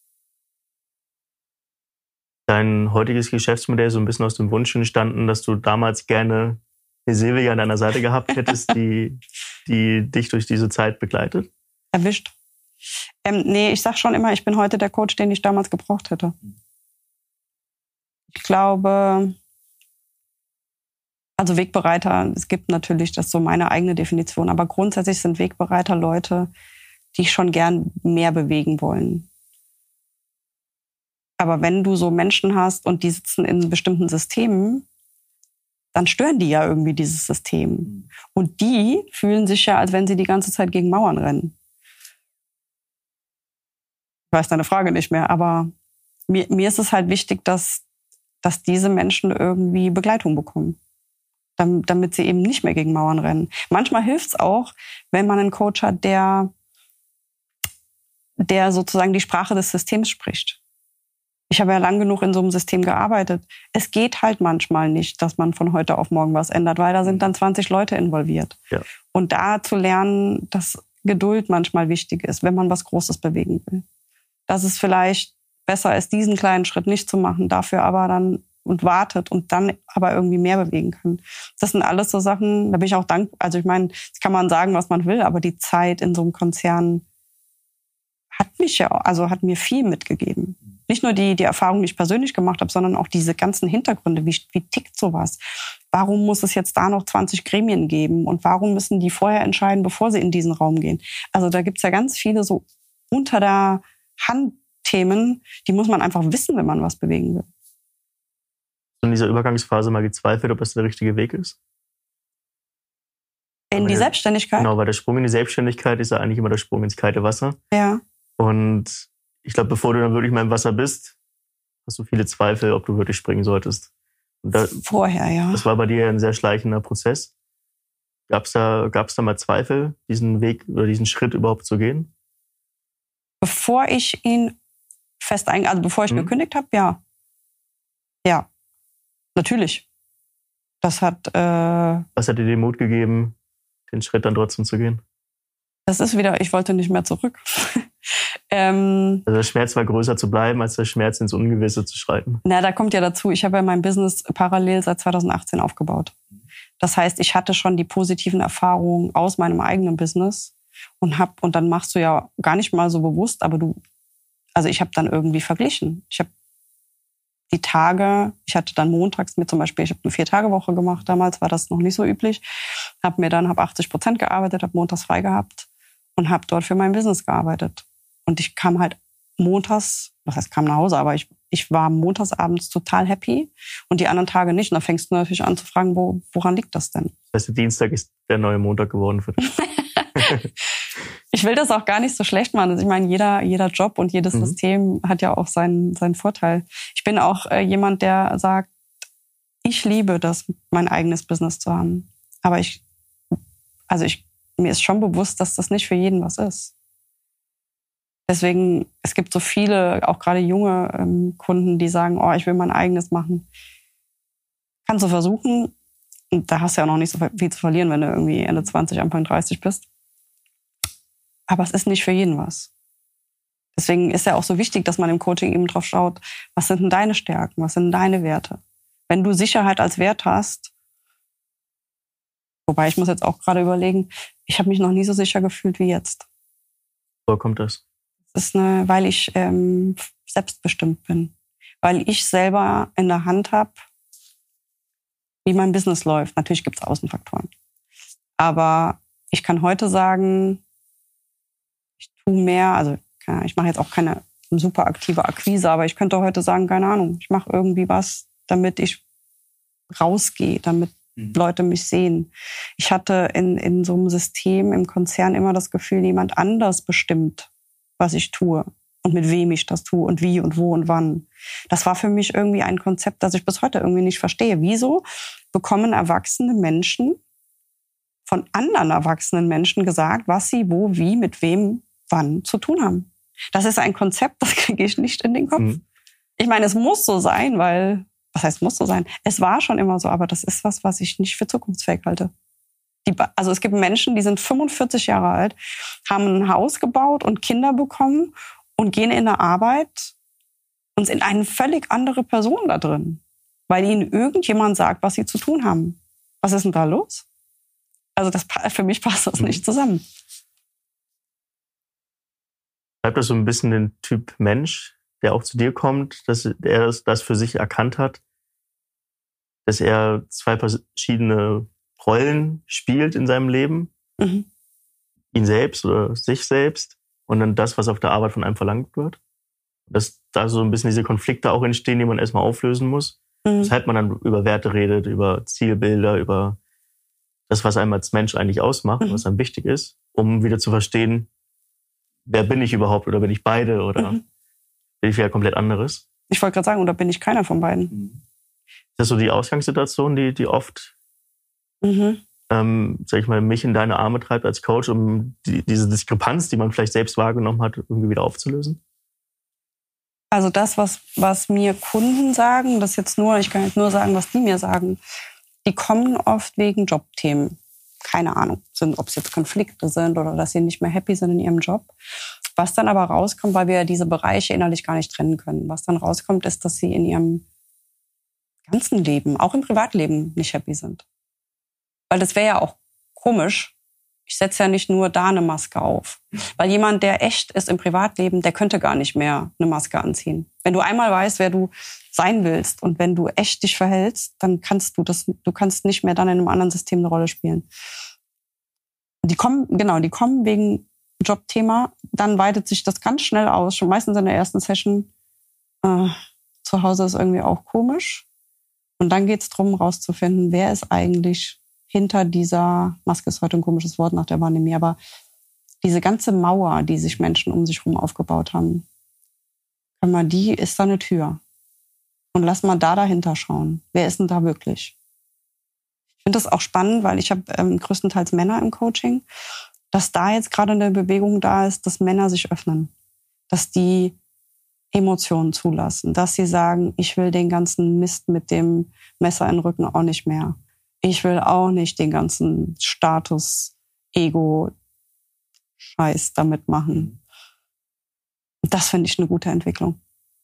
Dein heutiges Geschäftsmodell ist so ein bisschen aus dem Wunsch entstanden, dass du damals gerne eine Silvia an deiner Seite gehabt hättest, die dich durch diese Zeit begleitet?
Erwischt. Nee, ich sag schon immer, ich bin heute der Coach, den ich damals gebraucht hätte. Ich glaube, also Wegbereiter, es gibt natürlich, das ist so meine eigene Definition, aber grundsätzlich sind Wegbereiter Leute, die schon gern mehr bewegen wollen. Aber wenn du so Menschen hast und die sitzen in bestimmten Systemen, dann stören die ja irgendwie dieses System. Und die fühlen sich ja, als wenn sie die ganze Zeit gegen Mauern rennen. Ich weiß deine Frage nicht mehr, aber mir ist es halt wichtig, dass diese Menschen irgendwie Begleitung bekommen, damit sie eben nicht mehr gegen Mauern rennen. Manchmal hilft es auch, wenn man einen Coach hat, der sozusagen die Sprache des Systems spricht. Ich habe ja lang genug in so einem System gearbeitet. Es geht halt manchmal nicht, dass man von heute auf morgen was ändert, weil da sind dann 20 Leute involviert. Ja. Und da zu lernen, dass Geduld manchmal wichtig ist, wenn man was Großes bewegen will. Dass es vielleicht besser ist, diesen kleinen Schritt nicht zu machen, dafür aber dann und wartet und dann aber irgendwie mehr bewegen kann. Das sind alles so Sachen, da bin ich auch dankbar. Also ich meine, das kann man sagen, was man will, aber die Zeit in so einem Konzern hat mir viel mitgegeben. Nicht nur die Erfahrung, die ich persönlich gemacht habe, sondern auch diese ganzen Hintergründe. Wie tickt sowas? Warum muss es jetzt da noch 20 Gremien geben? Und warum müssen die vorher entscheiden, bevor sie in diesen Raum gehen? Also da gibt's ja ganz viele so unter der Hand Themen, die muss man einfach wissen, wenn man was bewegen will.
In dieser Übergangsphase mal gezweifelt, ob das der richtige Weg ist?
In die Selbstständigkeit?
Genau, weil der Sprung in die Selbstständigkeit ist ja eigentlich immer der Sprung ins kalte Wasser.
Ja.
Und ich glaube, bevor du dann wirklich mal im Wasser bist, hast du viele Zweifel, ob du wirklich springen solltest. Und
vorher, ja.
Das war bei dir ein sehr schleichender Prozess. Gab's da mal Zweifel, diesen Weg oder diesen Schritt überhaupt zu gehen?
Bevor ich ihn bevor ich gekündigt habe, ja. Ja, natürlich. Das hat...
Was hat dir den Mut gegeben, den Schritt dann trotzdem zu gehen?
Das ist wieder, ich wollte nicht mehr zurück.
Also der Schmerz war größer zu bleiben, als der Schmerz ins Ungewisse zu schreiten.
Na, da kommt ja dazu, ich habe ja mein Business parallel seit 2018 aufgebaut. Das heißt, ich hatte schon die positiven Erfahrungen aus meinem eigenen Business und dann machst du ja gar nicht mal so bewusst, aber ich habe dann irgendwie verglichen. Ich habe die Tage, ich hatte dann montags mir zum Beispiel, ich habe eine 4-Tage-Woche gemacht, damals war das noch nicht so üblich, habe 80% gearbeitet, habe montags frei gehabt und habe dort für mein Business gearbeitet. Und ich kam halt kam nach Hause, aber ich war montags abends total happy und die anderen Tage nicht. Und dann fängst du natürlich an zu fragen, woran liegt das denn?
Das heißt, der Dienstag ist der neue Montag geworden für dich.
Ich will das auch gar nicht so schlecht machen. Also ich meine, jeder Job und jedes System hat ja auch seinen Vorteil. Ich bin auch jemand, der sagt, ich liebe das, mein eigenes Business zu haben. Aber mir ist schon bewusst, dass das nicht für jeden was ist. Deswegen, es gibt so viele, auch gerade junge Kunden, die sagen, ich will mein eigenes machen. Kannst du versuchen. Und da hast du ja auch noch nicht so viel zu verlieren, wenn du irgendwie Ende 20, Anfang 30 bist. Aber es ist nicht für jeden was. Deswegen ist ja auch so wichtig, dass man im Coaching eben drauf schaut, was sind denn deine Stärken, was sind deine Werte? Wenn du Sicherheit als Wert hast, wobei ich muss jetzt auch gerade überlegen, ich habe mich noch nie so sicher gefühlt wie jetzt.
Woher kommt das?
Das ist weil ich selbstbestimmt bin. Weil ich selber in der Hand habe, wie mein Business läuft. Natürlich gibt es Außenfaktoren. Aber ich kann heute sagen, ich tue mehr, also ich mache jetzt auch keine super aktive Akquise, aber ich könnte heute sagen, keine Ahnung, ich mache irgendwie was, damit ich rausgehe, damit Leute mich sehen. Ich hatte in so einem System im Konzern immer das Gefühl, jemand anders bestimmt, was ich tue und mit wem ich das tue und wie und wo und wann. Das war für mich irgendwie ein Konzept, das ich bis heute irgendwie nicht verstehe. Wieso bekommen erwachsene Menschen von anderen erwachsenen Menschen gesagt, was sie wo, wie, mit wem, wann zu tun haben? Das ist ein Konzept, das kriege ich nicht in den Kopf. Ich meine, es muss so sein, weil, was heißt muss so sein? Es war schon immer so, aber das ist was ich nicht für zukunftsfähig halte. Also es gibt Menschen, die sind 45 Jahre alt, haben ein Haus gebaut und Kinder bekommen und gehen in eine Arbeit und sind eine völlig andere Person da drin, weil ihnen irgendjemand sagt, was sie zu tun haben. Was ist denn da los? Also für mich passt das nicht zusammen.
Bleibt das so ein bisschen den Typ Mensch, der auch zu dir kommt, dass er das für sich erkannt hat, dass er 2 verschiedene Rollen spielt in seinem Leben, ihn selbst oder sich selbst und dann das, was auf der Arbeit von einem verlangt wird. Dass da so ein bisschen diese Konflikte auch entstehen, die man erstmal auflösen muss. Weshalb man dann über Werte redet, über Zielbilder, über das, was einem als Mensch eigentlich ausmacht, was einem wichtig ist, um wieder zu verstehen, wer bin ich überhaupt oder bin ich beide oder bin ich wieder komplett anderes.
Ich wollte gerade sagen, oder bin ich keiner von beiden?
Ist das so die Ausgangssituation, die oft sag ich mal, mich in deine Arme treibt als Coach, um diese Diskrepanz, die man vielleicht selbst wahrgenommen hat, irgendwie wieder aufzulösen?
Also das, was mir Kunden sagen, ich kann jetzt nur sagen, was die mir sagen, die kommen oft wegen Jobthemen. Keine Ahnung, ob es jetzt Konflikte sind oder dass sie nicht mehr happy sind in ihrem Job. Was dann aber rauskommt, weil wir diese Bereiche innerlich gar nicht trennen können. Was dann rauskommt, ist, dass sie in ihrem ganzen Leben, auch im Privatleben, nicht happy sind. Weil das wäre ja auch komisch. Ich setze ja nicht nur da eine Maske auf. Weil jemand, der echt ist im Privatleben, der könnte gar nicht mehr eine Maske anziehen. Wenn du einmal weißt, wer du sein willst und wenn du echt dich verhältst, dann kannst du kannst nicht mehr dann in einem anderen System eine Rolle spielen. Die kommen wegen Jobthema, dann weitet sich das ganz schnell aus. Schon meistens in der ersten Session, zu Hause ist irgendwie auch komisch. Und dann geht es darum, rauszufinden, wer ist eigentlich hinter dieser, Maske ist heute ein komisches Wort nach der Pandemie, aber diese ganze Mauer, die sich Menschen um sich herum aufgebaut haben, die ist da eine Tür. Und lass mal dahinter schauen. Wer ist denn da wirklich? Ich finde das auch spannend, weil ich habe größtenteils Männer im Coaching, dass da jetzt gerade eine Bewegung da ist, dass Männer sich öffnen. Dass die Emotionen zulassen. Dass sie sagen, ich will den ganzen Mist mit dem Messer in den Rücken auch nicht mehr. Ich will auch nicht den ganzen Status, Ego-Scheiß damit machen. Das finde ich eine gute Entwicklung.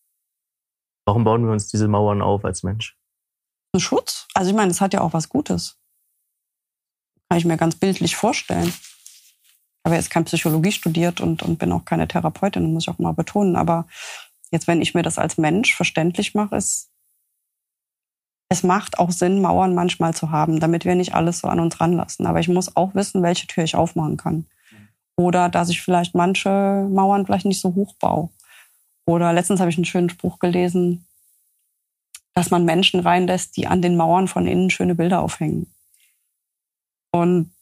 Warum bauen wir uns diese Mauern auf als Mensch?
Ein Schutz? Also ich meine, das hat ja auch was Gutes. Kann ich mir ganz bildlich vorstellen. Ich habe jetzt keine Psychologie studiert und bin auch keine Therapeutin, muss ich auch mal betonen. Aber jetzt, wenn ich mir das als Mensch verständlich mache, es macht auch Sinn, Mauern manchmal zu haben, damit wir nicht alles so an uns ranlassen. Aber ich muss auch wissen, welche Tür ich aufmachen kann. Oder dass ich vielleicht manche Mauern vielleicht nicht so hoch baue. Oder letztens habe ich einen schönen Spruch gelesen, dass man Menschen reinlässt, die an den Mauern von innen schöne Bilder aufhängen. Und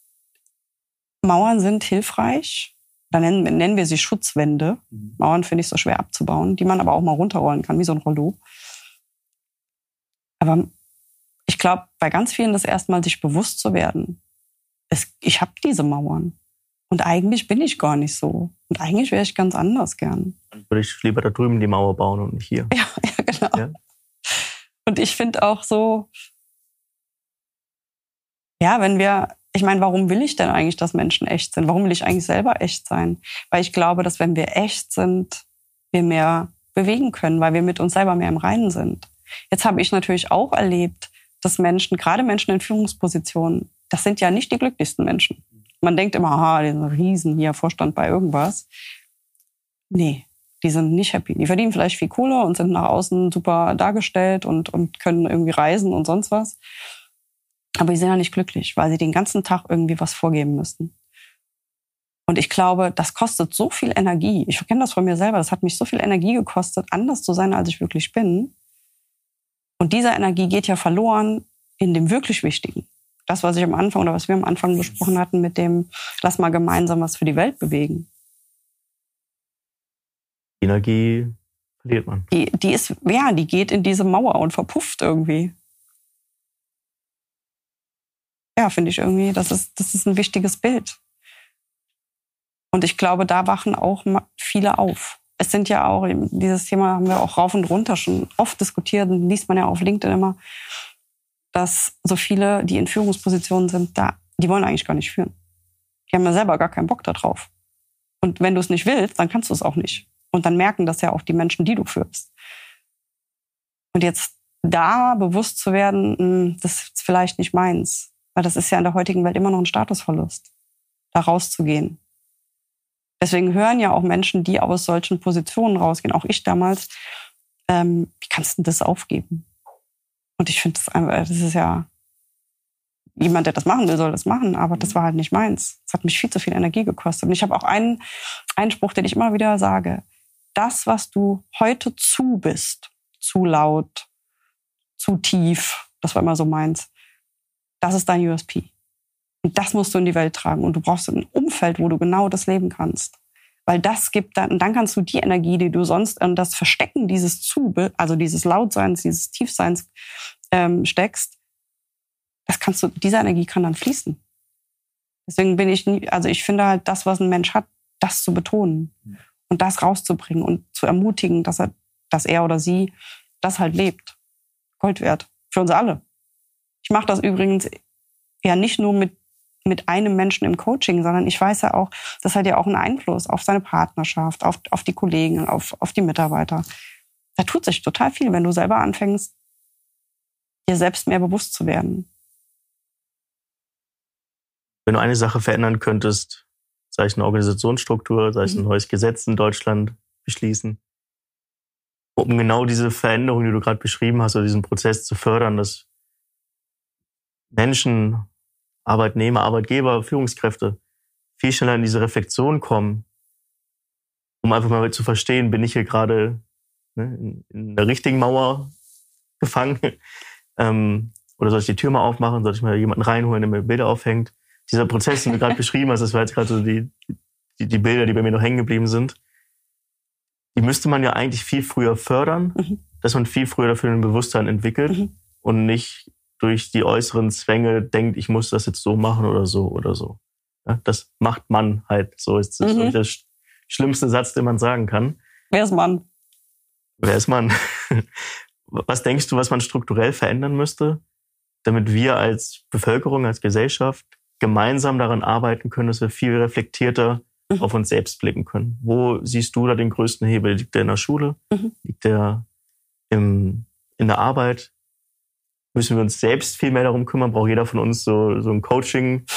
Mauern sind hilfreich. Dann nennen wir sie Schutzwände. Mauern finde ich so schwer abzubauen, die man aber auch mal runterrollen kann, wie so ein Rollo. Aber ich glaube, bei ganz vielen das erstmal sich bewusst zu werden, ich habe diese Mauern. Und eigentlich bin ich gar nicht so. Und eigentlich wäre ich ganz anders gern.
Dann würde ich lieber da drüben die Mauer bauen und nicht hier.
Ja, genau. Ja. Und ich finde auch so, ja, ich meine, warum will ich denn eigentlich, dass Menschen echt sind? Warum will ich eigentlich selber echt sein? Weil ich glaube, dass wenn wir echt sind, wir mehr bewegen können, weil wir mit uns selber mehr im Reinen sind. Jetzt habe ich natürlich auch erlebt, dass Menschen, gerade Menschen in Führungspositionen, das sind ja nicht die glücklichsten Menschen. Man denkt immer, die sind Riesen hier, Vorstand bei irgendwas. Nee, die sind nicht happy. Die verdienen vielleicht viel Kohle und sind nach außen super dargestellt und können irgendwie reisen und sonst was. Aber die sind ja nicht glücklich, weil sie den ganzen Tag irgendwie was vorgeben müssen. Und ich glaube, das kostet so viel Energie. Ich kenne das von mir selber. Das hat mich so viel Energie gekostet, anders zu sein, als ich wirklich bin. Und diese Energie geht ja verloren in dem wirklich Wichtigen. Das, was wir am Anfang besprochen hatten mit dem, lass mal gemeinsam was für die Welt bewegen.
Die Energie verliert man.
Die geht in diese Mauer und verpufft irgendwie. Ja, finde ich irgendwie, das ist ein wichtiges Bild. Und ich glaube, da wachen auch viele auf. Es sind ja auch, dieses Thema haben wir auch rauf und runter schon oft diskutiert und liest man ja auf LinkedIn immer, dass so viele, die in Führungspositionen sind, die wollen eigentlich gar nicht führen. Die haben ja selber gar keinen Bock da drauf. Und wenn du es nicht willst, dann kannst du es auch nicht. Und dann merken das ja auch die Menschen, die du führst. Und jetzt da bewusst zu werden, das ist vielleicht nicht meins. Weil das ist ja in der heutigen Welt immer noch ein Statusverlust, da rauszugehen. Deswegen hören ja auch Menschen, die aus solchen Positionen rausgehen, auch ich damals, wie kannst du das aufgeben? Und ich finde, das ist ja, jemand, der das machen will, soll das machen, aber das war halt nicht meins. Das hat mich viel zu viel Energie gekostet. Und ich habe auch einen Spruch, den ich immer wieder sage. Das, was du heute zu bist, zu laut, zu tief, das war immer so meins, das ist dein USP. Und das musst du in die Welt tragen. Und du brauchst ein Umfeld, wo du genau das leben kannst. Weil das gibt dann kannst du die Energie, die du sonst in das Verstecken dieses also dieses Lautseins, dieses Tiefseins steckst, diese Energie kann dann fließen. Deswegen ich finde halt, das, was ein Mensch hat, das zu betonen und das rauszubringen und zu ermutigen, dass er oder sie das halt lebt. Gold wert. Für uns alle. Ich mache das übrigens ja nicht nur mit mit einem Menschen im Coaching, sondern ich weiß ja auch, das hat ja auch einen Einfluss auf seine Partnerschaft, auf die Kollegen, auf die Mitarbeiter. Da tut sich total viel, wenn du selber anfängst, dir selbst mehr bewusst zu werden.
Wenn du eine Sache verändern könntest, sei es eine Organisationsstruktur, sei es ein neues Gesetz in Deutschland beschließen, um genau diese Veränderung, die du gerade beschrieben hast, oder diesen Prozess zu fördern, dass Menschen, Arbeitnehmer, Arbeitgeber, Führungskräfte viel schneller in diese Reflexion kommen, um einfach mal zu verstehen, bin ich hier gerade in der richtigen Mauer gefangen? Oder soll ich die Tür mal aufmachen? Soll ich mal jemanden reinholen, der mir Bilder aufhängt? Dieser Prozess, den du gerade beschrieben hast, das war jetzt gerade so die Bilder, die bei mir noch hängen geblieben sind. Die müsste man ja eigentlich viel früher fördern, dass man viel früher dafür ein Bewusstsein entwickelt und nicht durch die äußeren Zwänge denkt, ich muss das jetzt so machen oder so oder so. Ja, das macht man halt so. Das ist der schlimmste Satz, den man sagen kann.
Wer ist Mann?
Wer ist Mann? Was denkst du, was man strukturell verändern müsste, damit wir als Bevölkerung, als Gesellschaft gemeinsam daran arbeiten können, dass wir viel reflektierter auf uns selbst blicken können? Wo siehst du da den größten Hebel? Liegt der in der Schule? Liegt der in der Arbeit? Müssen wir uns selbst viel mehr darum kümmern? Braucht jeder von uns so ein Coaching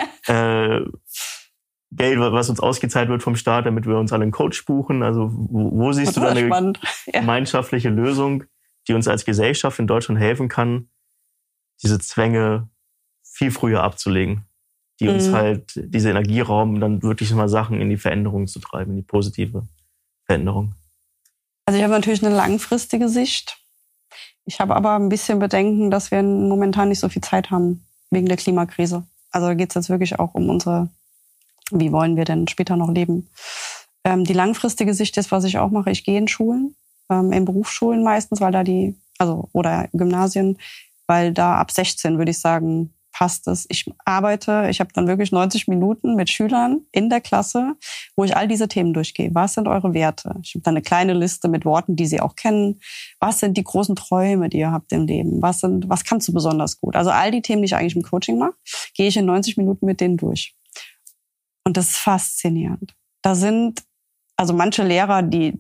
Geld, was uns ausgezahlt wird vom Staat, damit wir uns alle einen Coach buchen? Also wo siehst du da eine gemeinschaftliche Lösung, die uns als Gesellschaft in Deutschland helfen kann, diese Zwänge viel früher abzulegen, die uns halt diese Energie rauben, dann wirklich mal Sachen in die Veränderung zu treiben, in die positive Veränderung?
Also ich habe natürlich eine langfristige Sicht. Ich habe aber ein bisschen Bedenken, dass wir momentan nicht so viel Zeit haben wegen der Klimakrise. Also da geht es jetzt wirklich auch um wie wollen wir denn später noch leben. Die langfristige Sicht ist, was ich auch mache, ich gehe in Schulen, in Berufsschulen meistens, weil da oder Gymnasien, weil da ab 16, würde ich sagen, passt es. Ich habe dann wirklich 90 Minuten mit Schülern in der Klasse, wo ich all diese Themen durchgehe. Was sind eure Werte? Ich habe dann eine kleine Liste mit Worten, die sie auch kennen. Was sind die großen Träume, die ihr habt im Leben? Was kannst du besonders gut? Also all die Themen, die ich eigentlich im Coaching mache, gehe ich in 90 Minuten mit denen durch. Und das ist faszinierend. Da sind also manche Lehrer, die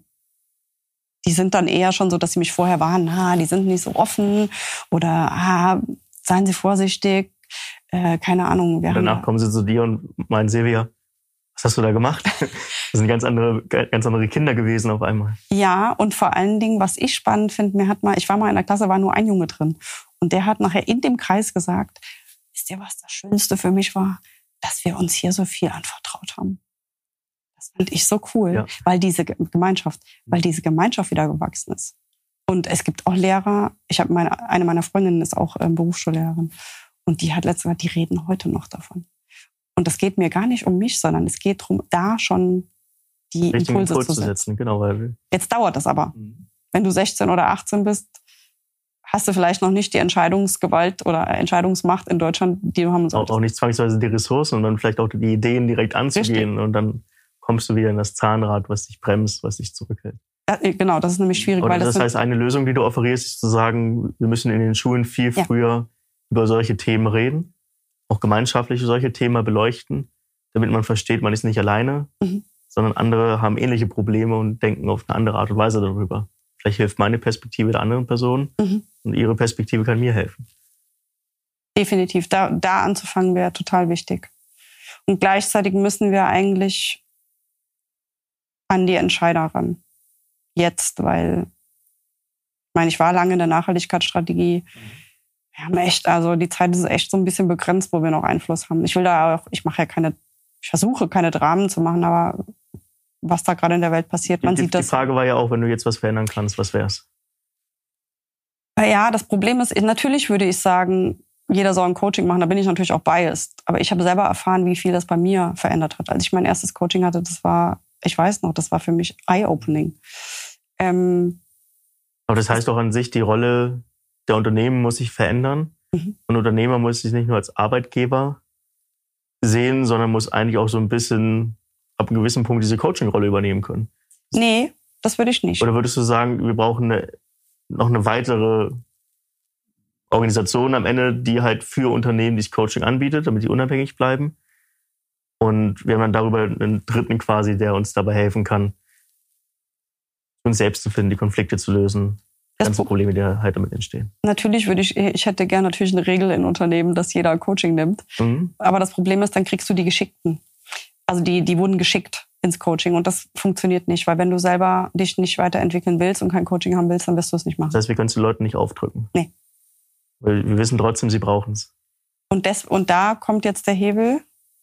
sind dann eher schon so, dass sie mich vorher warnen, die sind nicht so offen oder seien Sie vorsichtig, keine Ahnung.
Danach kommen sie zu dir und meinen, Silvia, was hast du da gemacht? Das sind ganz andere Kinder gewesen auf einmal.
Ja, und vor allen Dingen, was ich spannend finde, ich war mal in der Klasse, war nur ein Junge drin. Und der hat nachher in dem Kreis gesagt, wisst ihr, was das Schönste für mich war? Dass wir uns hier so viel anvertraut haben. Das fand ich so cool, weil diese Gemeinschaft wieder gewachsen ist. Und es gibt auch Lehrer, eine meiner Freundinnen ist auch Berufsschullehrerin und die hat letztes Mal, die reden heute noch davon. Und das geht mir gar nicht um mich, sondern es geht darum, da schon die Impulse zu setzen.
Genau, weil
jetzt dauert das aber. Wenn du 16 oder 18 bist, hast du vielleicht noch nicht die Entscheidungsgewalt oder Entscheidungsmacht in Deutschland, die du haben solltest.
Auch nicht zwangsweise die Ressourcen und dann vielleicht auch die Ideen direkt anzugehen. Richtig. Und dann kommst du wieder in das Zahnrad, was dich bremst, was dich zurückhält.
Ja, genau, das ist nämlich schwierig.
Oder das heißt, eine Lösung, die du offerierst, ist zu sagen, wir müssen in den Schulen viel früher über solche Themen reden, auch gemeinschaftliche solche Themen beleuchten, damit man versteht, man ist nicht alleine, sondern andere haben ähnliche Probleme und denken auf eine andere Art und Weise darüber. Vielleicht hilft meine Perspektive der anderen Person und ihre Perspektive kann mir helfen.
Definitiv. Da anzufangen wäre total wichtig. Und gleichzeitig müssen wir eigentlich an die Entscheider ran. Jetzt, weil ich war lange in der Nachhaltigkeitsstrategie. Wir haben die Zeit ist echt so ein bisschen begrenzt, wo wir noch Einfluss haben. Ich versuche keine Dramen zu machen, aber was da gerade in der Welt passiert, man sieht das.
Die Frage war ja auch, wenn du jetzt was verändern kannst, was wär's?
Ja, das Problem ist, natürlich würde ich sagen, jeder soll ein Coaching machen, da bin ich natürlich auch biased. Aber ich habe selber erfahren, wie viel das bei mir verändert hat. Als ich mein erstes Coaching hatte, das war für mich eye-opening.
Aber das heißt doch an sich, die Rolle der Unternehmen muss sich verändern. Ein Unternehmer muss sich nicht nur als Arbeitgeber sehen, sondern muss eigentlich auch so ein bisschen ab einem gewissen Punkt diese Coaching-Rolle übernehmen können.
Nee, das würde ich nicht.
Oder würdest du sagen, wir brauchen noch eine weitere Organisation am Ende, die halt für Unternehmen dieses Coaching anbietet, damit die unabhängig bleiben. Und wir haben dann darüber einen Dritten quasi, der uns dabei helfen kann, uns selbst zu finden, die Konflikte zu lösen, ganze Probleme, die halt damit entstehen.
Natürlich ich hätte gerne natürlich eine Regel in Unternehmen, dass jeder Coaching nimmt. Aber das Problem ist, dann kriegst du die Geschickten. Also die wurden geschickt ins Coaching und das funktioniert nicht, weil wenn du selber dich nicht weiterentwickeln willst und kein Coaching haben willst, dann wirst du es nicht machen.
Das heißt, wir können es den Leuten nicht aufdrücken.
Nee.
Weil wir wissen trotzdem, sie brauchen es.
Und da kommt jetzt der Hebel,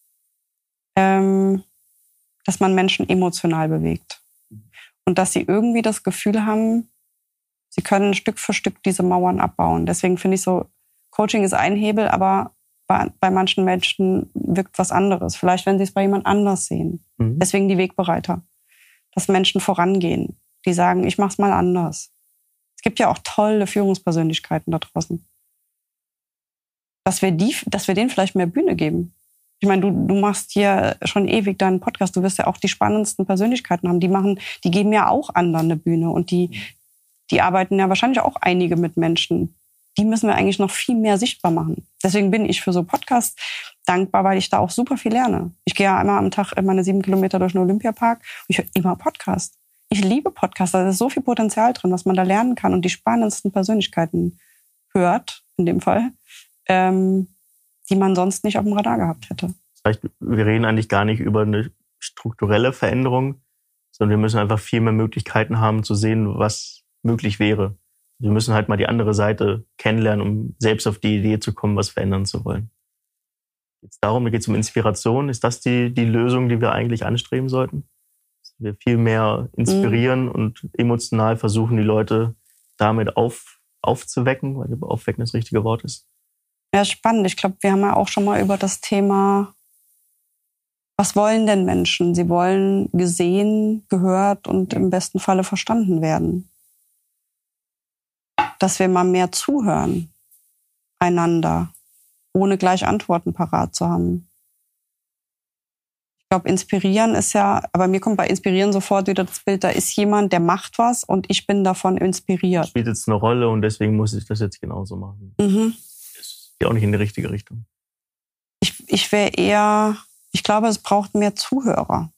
dass man Menschen emotional bewegt. Und dass sie irgendwie das Gefühl haben, sie können Stück für Stück diese Mauern abbauen. Deswegen finde ich so, Coaching ist ein Hebel, aber bei manchen Menschen wirkt was anderes. Vielleicht, wenn sie es bei jemand anders sehen. Deswegen die Wegbereiter. Dass Menschen vorangehen, die sagen, ich mach's mal anders. Es gibt ja auch tolle Führungspersönlichkeiten da draußen. Dass wir denen vielleicht mehr Bühne geben. Ich meine, du machst hier schon ewig deinen Podcast. Du wirst ja auch die spannendsten Persönlichkeiten haben. Die geben ja auch anderen eine Bühne. Und die arbeiten ja wahrscheinlich auch einige mit Menschen. Die müssen wir eigentlich noch viel mehr sichtbar machen. Deswegen bin ich für so Podcasts dankbar, weil ich da auch super viel lerne. Ich gehe ja einmal am Tag meine 7 Kilometer durch den Olympiapark und ich höre immer Podcast. Ich liebe Podcasts. Da ist so viel Potenzial drin, was man da lernen kann und die spannendsten Persönlichkeiten hört, in dem Fall, die man sonst nicht auf dem Radar gehabt hätte.
Das heißt, wir reden eigentlich gar nicht über eine strukturelle Veränderung, sondern wir müssen einfach viel mehr Möglichkeiten haben zu sehen, was möglich wäre. Wir müssen halt mal die andere Seite kennenlernen, um selbst auf die Idee zu kommen, was verändern zu wollen. Da geht es um Inspiration. Ist das die Lösung, die wir eigentlich anstreben sollten? Dass wir viel mehr inspirieren und emotional versuchen, die Leute damit aufzuwecken, weil aufwecken das richtige Wort ist.
Ja, spannend. Ich glaube, wir haben ja auch schon mal über das Thema, was wollen denn Menschen? Sie wollen gesehen, gehört und im besten Falle verstanden werden. Dass wir mal mehr zuhören einander, ohne gleich Antworten parat zu haben. Ich glaube, inspirieren ist ja, aber mir kommt bei inspirieren sofort wieder das Bild, da ist jemand, der macht was und ich bin davon inspiriert.
Spielt jetzt eine Rolle und deswegen muss ich das jetzt genauso machen. Das geht auch nicht in die richtige Richtung.
Ich glaube, es braucht mehr Zuhörer.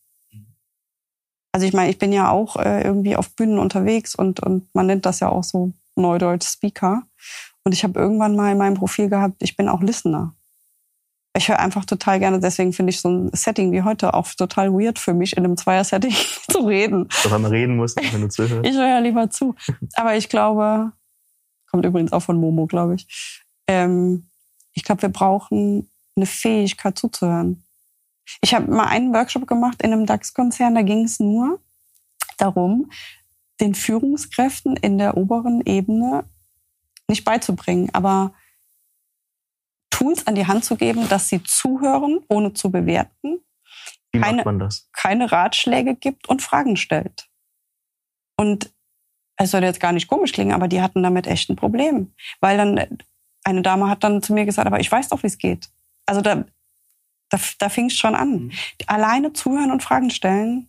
Also ich meine, ich bin ja auch irgendwie auf Bühnen unterwegs und man nennt das ja auch so Neudeutsch Speaker. Und ich habe irgendwann mal in meinem Profil gehabt, ich bin auch Listener. Ich höre einfach total gerne, deswegen finde ich so ein Setting wie heute auch total weird für mich, in einem Zweier-Setting zu reden.
Weil man reden muss, wenn du zuhörst.
Ich höre ja lieber zu. Aber ich glaube, kommt übrigens auch von Momo, glaube ich. Ich glaube, wir brauchen eine Fähigkeit zuzuhören. Ich habe mal einen Workshop gemacht in einem DAX-Konzern, da ging es nur darum, den Führungskräften in der oberen Ebene nicht beizubringen, aber Tools an die Hand zu geben, dass sie zuhören, ohne zu bewerten,
Wie macht man das?
keine Ratschläge gibt und Fragen stellt. Und es soll jetzt gar nicht komisch klingen, aber die hatten damit echt ein Problem. Weil dann eine Dame hat dann zu mir gesagt, aber ich weiß doch, wie es geht. Also da fing es schon an. Alleine zuhören und Fragen stellen,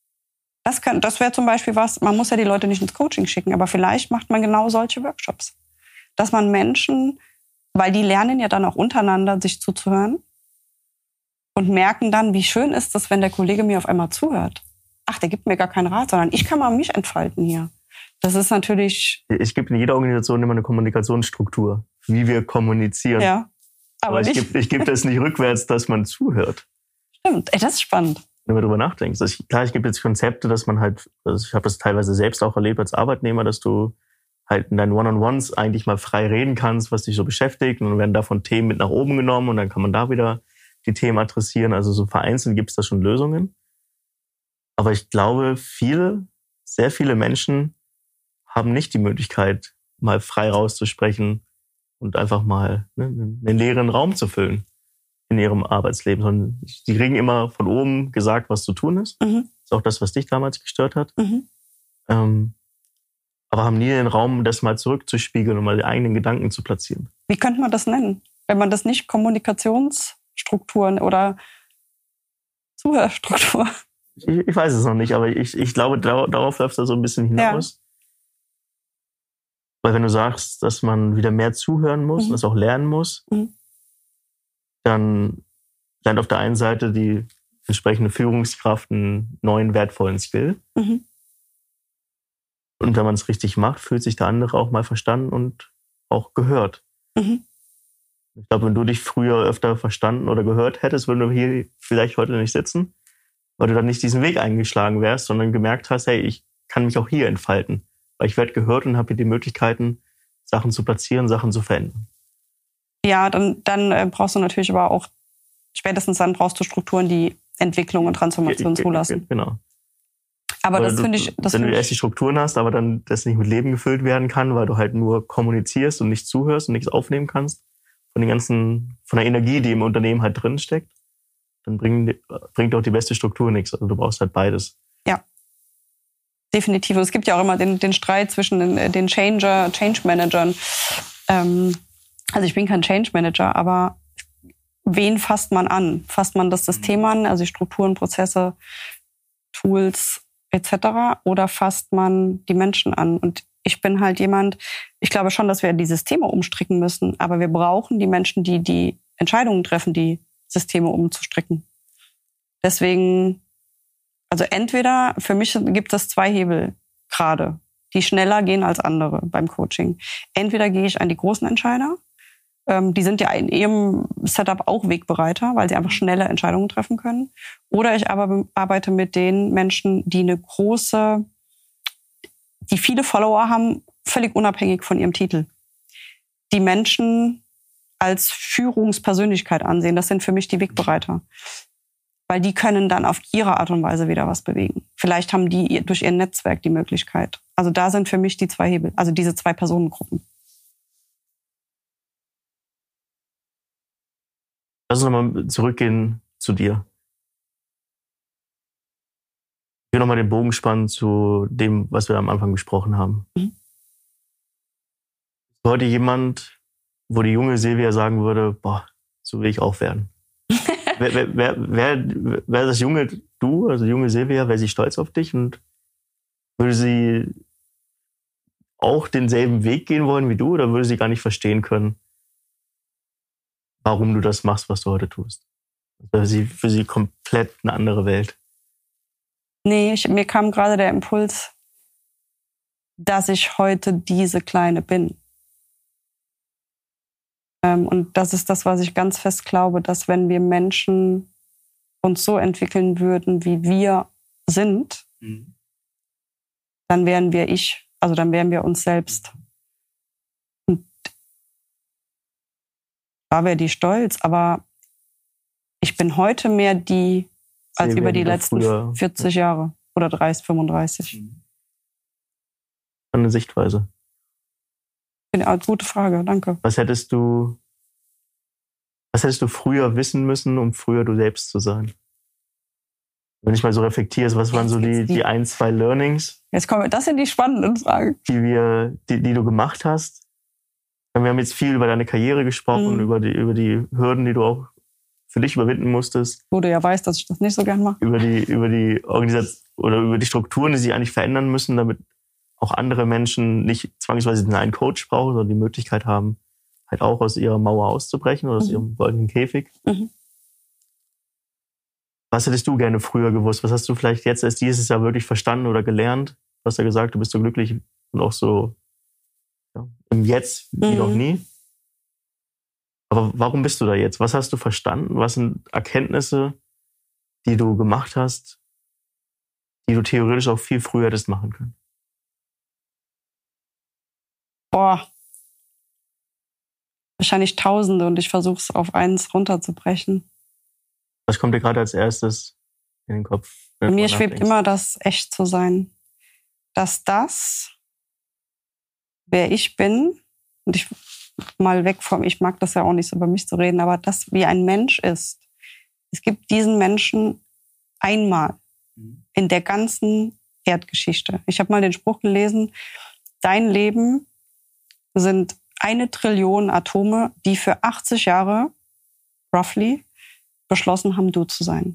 das wäre zum Beispiel was, man muss ja die Leute nicht ins Coaching schicken, aber vielleicht macht man genau solche Workshops. Dass man Menschen, weil die lernen ja dann auch untereinander, sich zuzuhören und merken dann, wie schön ist es, wenn der Kollege mir auf einmal zuhört. Ach, der gibt mir gar keinen Rat, sondern ich kann mal mich entfalten hier. Das ist natürlich...
Es gibt in jeder Organisation immer eine Kommunikationsstruktur, wie wir kommunizieren.
Ja,
aber ich gebe das nicht rückwärts, dass man zuhört.
Stimmt, das ist spannend.
Wenn du darüber nachdenkst. Klar, ich gebe jetzt Konzepte, dass man halt, also ich habe das teilweise selbst auch erlebt als Arbeitnehmer, dass du halt in deinen One-on-Ones eigentlich mal frei reden kannst, was dich so beschäftigt. Und dann werden davon Themen mit nach oben genommen und dann kann man da wieder die Themen adressieren. Also so vereinzelt gibt es da schon Lösungen. Aber ich glaube, sehr viele Menschen haben nicht die Möglichkeit, mal frei rauszusprechen und einfach mal einen leeren Raum zu füllen in ihrem Arbeitsleben, sondern die kriegen immer von oben gesagt, was zu tun ist. Das ist auch das, was dich damals gestört hat. Aber haben nie den Raum, das mal zurückzuspiegeln und mal die eigenen Gedanken zu platzieren.
Wie könnte man das nennen? Wenn man das nicht Kommunikationsstrukturen oder Zuhörstruktur...
Ich weiß es noch nicht, aber ich glaube, darauf läuft das so ein bisschen hinaus. Weil wenn du sagst, dass man wieder mehr zuhören muss und das auch lernen muss, dann lernt auf der einen Seite die entsprechende Führungskraft einen neuen, wertvollen Skill. Und wenn man es richtig macht, fühlt sich der andere auch mal verstanden und auch gehört. Ich glaube, wenn du dich früher öfter verstanden oder gehört hättest, würden wir hier vielleicht heute nicht sitzen, weil du dann nicht diesen Weg eingeschlagen wärst, sondern gemerkt hast, hey, ich kann mich auch hier entfalten, weil ich werde gehört und habe hier die Möglichkeiten, Sachen zu platzieren, Sachen zu verändern.
Ja, dann brauchst du natürlich aber auch, spätestens dann brauchst du Strukturen, die Entwicklung und Transformation zulassen.
Genau.
Aber das finde ich...
Wenn du erst die Strukturen hast, aber dann das nicht mit Leben gefüllt werden kann, weil du halt nur kommunizierst und nicht zuhörst und nichts aufnehmen kannst, von der Energie, die im Unternehmen halt drin steckt, dann bringt auch die beste Struktur nichts. Also du brauchst halt beides.
Ja, definitiv. Und es gibt ja auch immer den Streit zwischen den Change-Managern. Also ich bin kein Change-Manager, aber wen fasst man an? Fasst man das System an, also die Strukturen, Prozesse, Tools etc. oder fasst man die Menschen an? Und ich bin halt jemand, ich glaube schon, dass wir die Systeme umstricken müssen, aber wir brauchen die Menschen, die die Entscheidungen treffen, die Systeme umzustricken. Deswegen, also entweder, für mich gibt es 2 Hebel gerade, die schneller gehen als andere beim Coaching. Entweder gehe ich an die großen Entscheider, die sind ja in ihrem Setup auch Wegbereiter, weil sie einfach schnelle Entscheidungen treffen können. Oder ich arbeite mit den Menschen, die die viele Follower haben, völlig unabhängig von ihrem Titel. Die Menschen als Führungspersönlichkeit ansehen, das sind für mich die Wegbereiter. Weil die können dann auf ihre Art und Weise wieder was bewegen. Vielleicht haben die durch ihr Netzwerk die Möglichkeit. Also da sind für mich die 2 Hebel, also diese 2 Personengruppen.
Lass uns nochmal zurückgehen zu dir. Ich will nochmal den Bogen spannen zu dem, was wir am Anfang besprochen haben. Ist heute jemand, wo die junge Silvia sagen würde, boah, so will ich auch werden? Wer das junge Du, also die junge Silvia, wäre sie stolz auf dich und würde sie auch denselben Weg gehen wollen wie du oder würde sie gar nicht verstehen können, warum du das machst, was du heute tust? Das wäre für sie komplett eine andere Welt.
Nee, mir kam gerade der Impuls, dass ich heute diese Kleine bin. Und das ist das, was ich ganz fest glaube, dass wenn wir Menschen uns so entwickeln würden, wie wir sind, dann wären wir dann wären wir uns selbst. Und da wäre die stolz, aber ich bin heute mehr die als über die letzten 40 Jahre oder 30, 35.
Eine Sichtweise.
Ja, gute Frage, danke.
Was hättest du früher wissen müssen, um früher du selbst zu sein? Wenn ich mal so reflektierst, was waren so die 1, 2 Learnings?
Das sind die spannenden Fragen.
Die du gemacht hast. Wir haben jetzt viel über deine Karriere gesprochen, über die Hürden, die du auch für dich überwinden musstest.
Wo du ja weißt, dass ich das nicht so gern mache.
Über die Organisation oder über die Strukturen, die sich eigentlich verändern müssen, damit auch andere Menschen nicht zwangsweise einen Coach brauchen, sondern die Möglichkeit haben, halt auch aus ihrer Mauer auszubrechen oder aus ihrem goldenen Käfig. Was hättest du gerne früher gewusst? Was hast du vielleicht jetzt erst dieses Jahr wirklich verstanden oder gelernt? Du hast ja gesagt, du bist so glücklich und auch so im Jetzt wie noch nie. Aber warum bist du da jetzt? Was hast du verstanden? Was sind Erkenntnisse, die du gemacht hast, die du theoretisch auch viel früher hättest machen können?
Boah. Wahrscheinlich Tausende und ich versuche es auf eins runterzubrechen.
Was kommt dir gerade als erstes in den Kopf?
Bei mir schwebt immer das, echt zu sein. Dass das, wer ich bin, und ich mal weg vom, ich mag das ja auch nicht so über mich zu reden, aber das, wie ein Mensch ist. Es gibt diesen Menschen einmal in der ganzen Erdgeschichte. Ich habe mal den Spruch gelesen, dein Leben sind 1 Trillion Atome, die für 80 Jahre, roughly, beschlossen haben, du zu sein.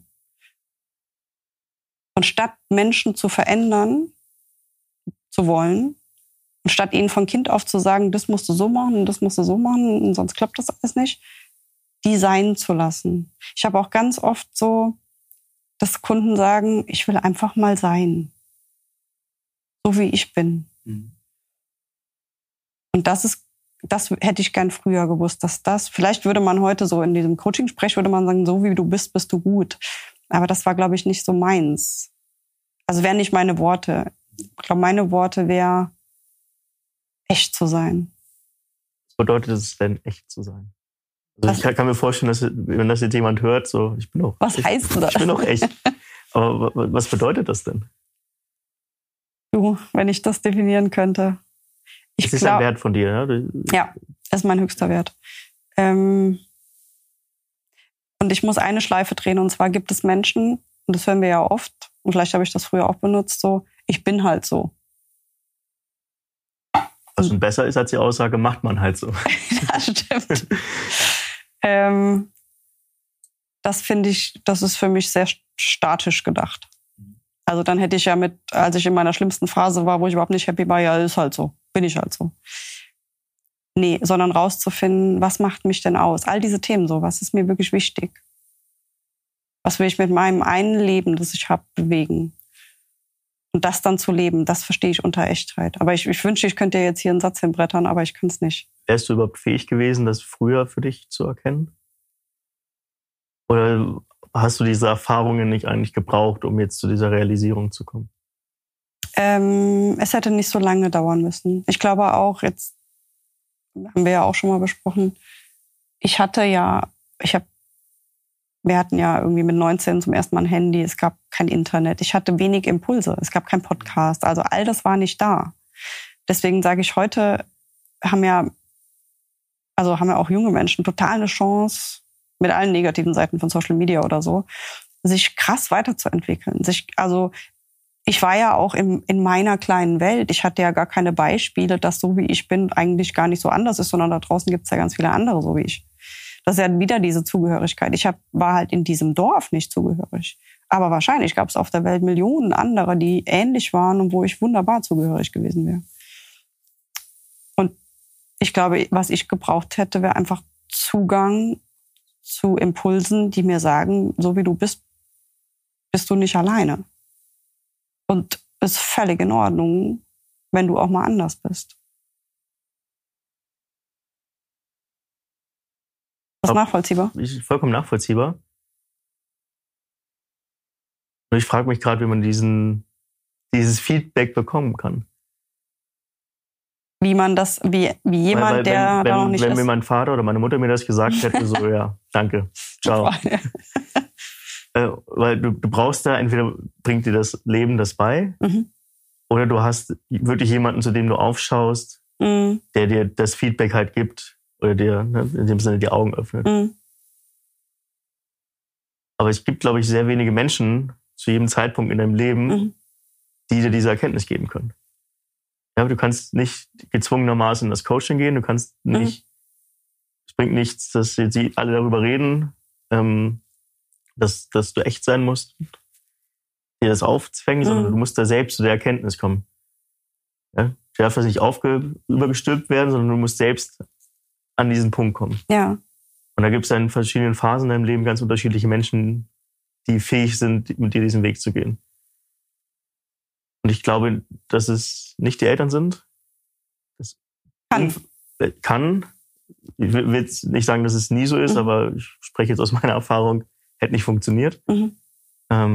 Und statt Menschen zu verändern zu wollen, Und statt ihnen von Kind auf zu sagen, das musst du so machen und das musst du so machen und sonst klappt das alles nicht, die sein zu lassen. Ich habe auch ganz oft so, dass Kunden sagen, ich will einfach mal sein. So wie ich bin. Mhm. Und das hätte ich gern früher gewusst, vielleicht würde man heute so in diesem Coaching-Sprech würde man sagen, so wie du bist, bist du gut. Aber das war, glaube ich, nicht so meins. Also wären nicht meine Worte. Ich glaube, meine Worte wäre, echt zu sein.
Was bedeutet es denn, echt zu sein? Also ich kann mir vorstellen, dass, wenn das jetzt jemand hört, so, ich bin auch
was
echt.
Heißt das?
Ich bin auch echt. Aber was bedeutet das denn?
Du, wenn ich das definieren könnte.
Das ist ein Wert von dir, ne?
Ja, das ist mein höchster Wert. Und ich muss eine Schleife drehen. Und zwar gibt es Menschen, und das hören wir ja oft, und vielleicht habe ich das früher auch benutzt, so, ich bin halt so.
Was schon besser ist als die Aussage, macht man halt so.
Ja, stimmt. Das finde ich, das ist für mich sehr statisch gedacht. Also dann hätte ich ja als ich in meiner schlimmsten Phase war, wo ich überhaupt nicht happy war, ja, ist halt so, bin ich halt so. Nee, sondern rauszufinden, was macht mich denn aus? All diese Themen so, was ist mir wirklich wichtig? Was will ich mit meinem einen Leben, das ich habe, bewegen? Und das dann zu leben, das verstehe ich unter Echtheit. Aber ich wünschte, ich könnte jetzt hier einen Satz hinbrettern, aber ich kann es nicht.
Wärst du überhaupt fähig gewesen, das früher für dich zu erkennen? Oder hast du diese Erfahrungen nicht eigentlich gebraucht, um jetzt zu dieser Realisierung zu kommen?
Es hätte nicht so lange dauern müssen. Ich glaube auch, jetzt haben wir ja auch schon mal besprochen, wir hatten ja irgendwie mit 19 zum ersten Mal ein Handy, es gab kein Internet, ich hatte wenig Impulse, es gab keinen Podcast, also all das war nicht da. Deswegen sage ich, heute haben ja auch junge Menschen total eine Chance, mit allen negativen Seiten von Social Media oder so, sich krass weiterzuentwickeln. Ich war ja auch in meiner kleinen Welt. Ich hatte ja gar keine Beispiele, dass so wie ich bin eigentlich gar nicht so anders ist, sondern da draußen gibt es ja ganz viele andere so wie ich. Das ist ja wieder diese Zugehörigkeit. War halt in diesem Dorf nicht zugehörig. Aber wahrscheinlich gab es auf der Welt Millionen andere, die ähnlich waren und wo ich wunderbar zugehörig gewesen wäre. Und ich glaube, was ich gebraucht hätte, wäre einfach Zugang zu Impulsen, die mir sagen, so wie du bist, bist du nicht alleine. Und es ist völlig in Ordnung, wenn du auch mal anders bist. Das ist nachvollziehbar?
Vollkommen nachvollziehbar. Und ich frage mich gerade, wie man dieses Feedback bekommen kann.
Wie jemand, der da noch nicht ist.
Wenn mir mein Vater oder meine Mutter mir das gesagt hätte, so, ja, danke, ciao. Weil du brauchst da, entweder bringt dir das Leben das bei, oder du hast wirklich jemanden, zu dem du aufschaust, der dir das Feedback halt gibt oder dir in dem Sinne die Augen öffnet. Aber es gibt, glaube ich, sehr wenige Menschen zu jedem Zeitpunkt in deinem Leben, die dir diese Erkenntnis geben können. Ja, du kannst nicht gezwungenermaßen in das Coaching gehen, du kannst nicht, es bringt nichts, dass jetzt alle darüber reden, dass du echt sein musst, dir das aufzwängen, sondern du musst da selbst zu der Erkenntnis kommen. Ja? Du darfst das nicht übergestülpt werden, sondern du musst selbst an diesen Punkt kommen.
Ja.
Und da gibt es in verschiedenen Phasen in deinem Leben ganz unterschiedliche Menschen, die fähig sind, mit dir diesen Weg zu gehen. Und ich glaube, dass es nicht die Eltern sind. Das kann. Ich will jetzt nicht sagen, dass es nie so ist, aber ich spreche jetzt aus meiner Erfahrung, hätte nicht funktioniert. Das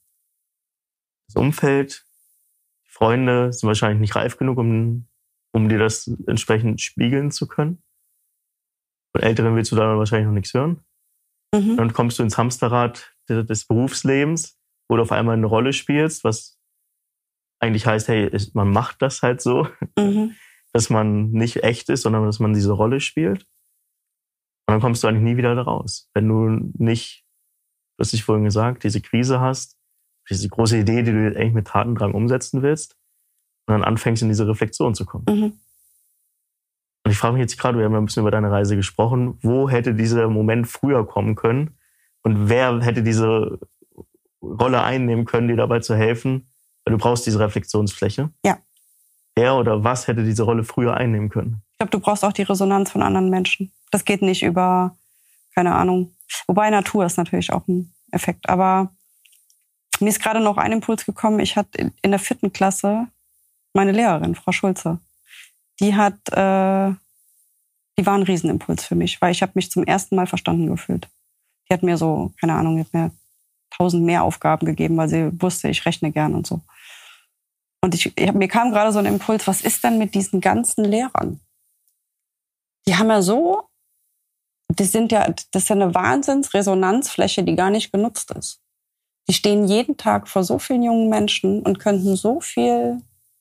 Umfeld, die Freunde sind wahrscheinlich nicht reif genug, um dir das entsprechend spiegeln zu können. Von Älteren willst du da wahrscheinlich noch nichts hören. Dann kommst du ins Hamsterrad des Berufslebens, wo du auf einmal eine Rolle spielst, was eigentlich heißt, hey, man macht das halt so, dass man nicht echt ist, sondern dass man diese Rolle spielt. Und dann kommst du eigentlich nie wieder da raus. Wenn du nicht, du hast dich vorhin gesagt, diese Krise hast, diese große Idee, die du eigentlich mit Tatendrang umsetzen willst, und dann anfängst, in diese Reflexion zu kommen. Und ich frage mich jetzt gerade, wir haben ja ein bisschen über deine Reise gesprochen, wo hätte dieser Moment früher kommen können und wer hätte diese Rolle einnehmen können, dir dabei zu helfen? Weil du brauchst diese Reflexionsfläche.
Ja.
wer oder was hätte diese Rolle früher einnehmen können?
Ich glaube, du brauchst auch die Resonanz von anderen Menschen. Das geht nicht über, keine Ahnung. Wobei Natur ist natürlich auch ein Effekt. Aber mir ist gerade noch ein Impuls gekommen. Ich hatte in der 4. Klasse meine Lehrerin, Frau Schulze. Die war ein Riesenimpuls für mich, weil ich habe mich zum ersten Mal verstanden gefühlt. Die hat mir so, keine Ahnung, die hat mir 1000 mehr Aufgaben gegeben, weil sie wusste, ich rechne gern und so. Und mir kam gerade so ein Impuls, was ist denn mit diesen ganzen Lehrern? Die haben ja so, das ist ja eine Wahnsinnsresonanzfläche, die gar nicht genutzt ist. Die stehen jeden Tag vor so vielen jungen Menschen und könnten so viel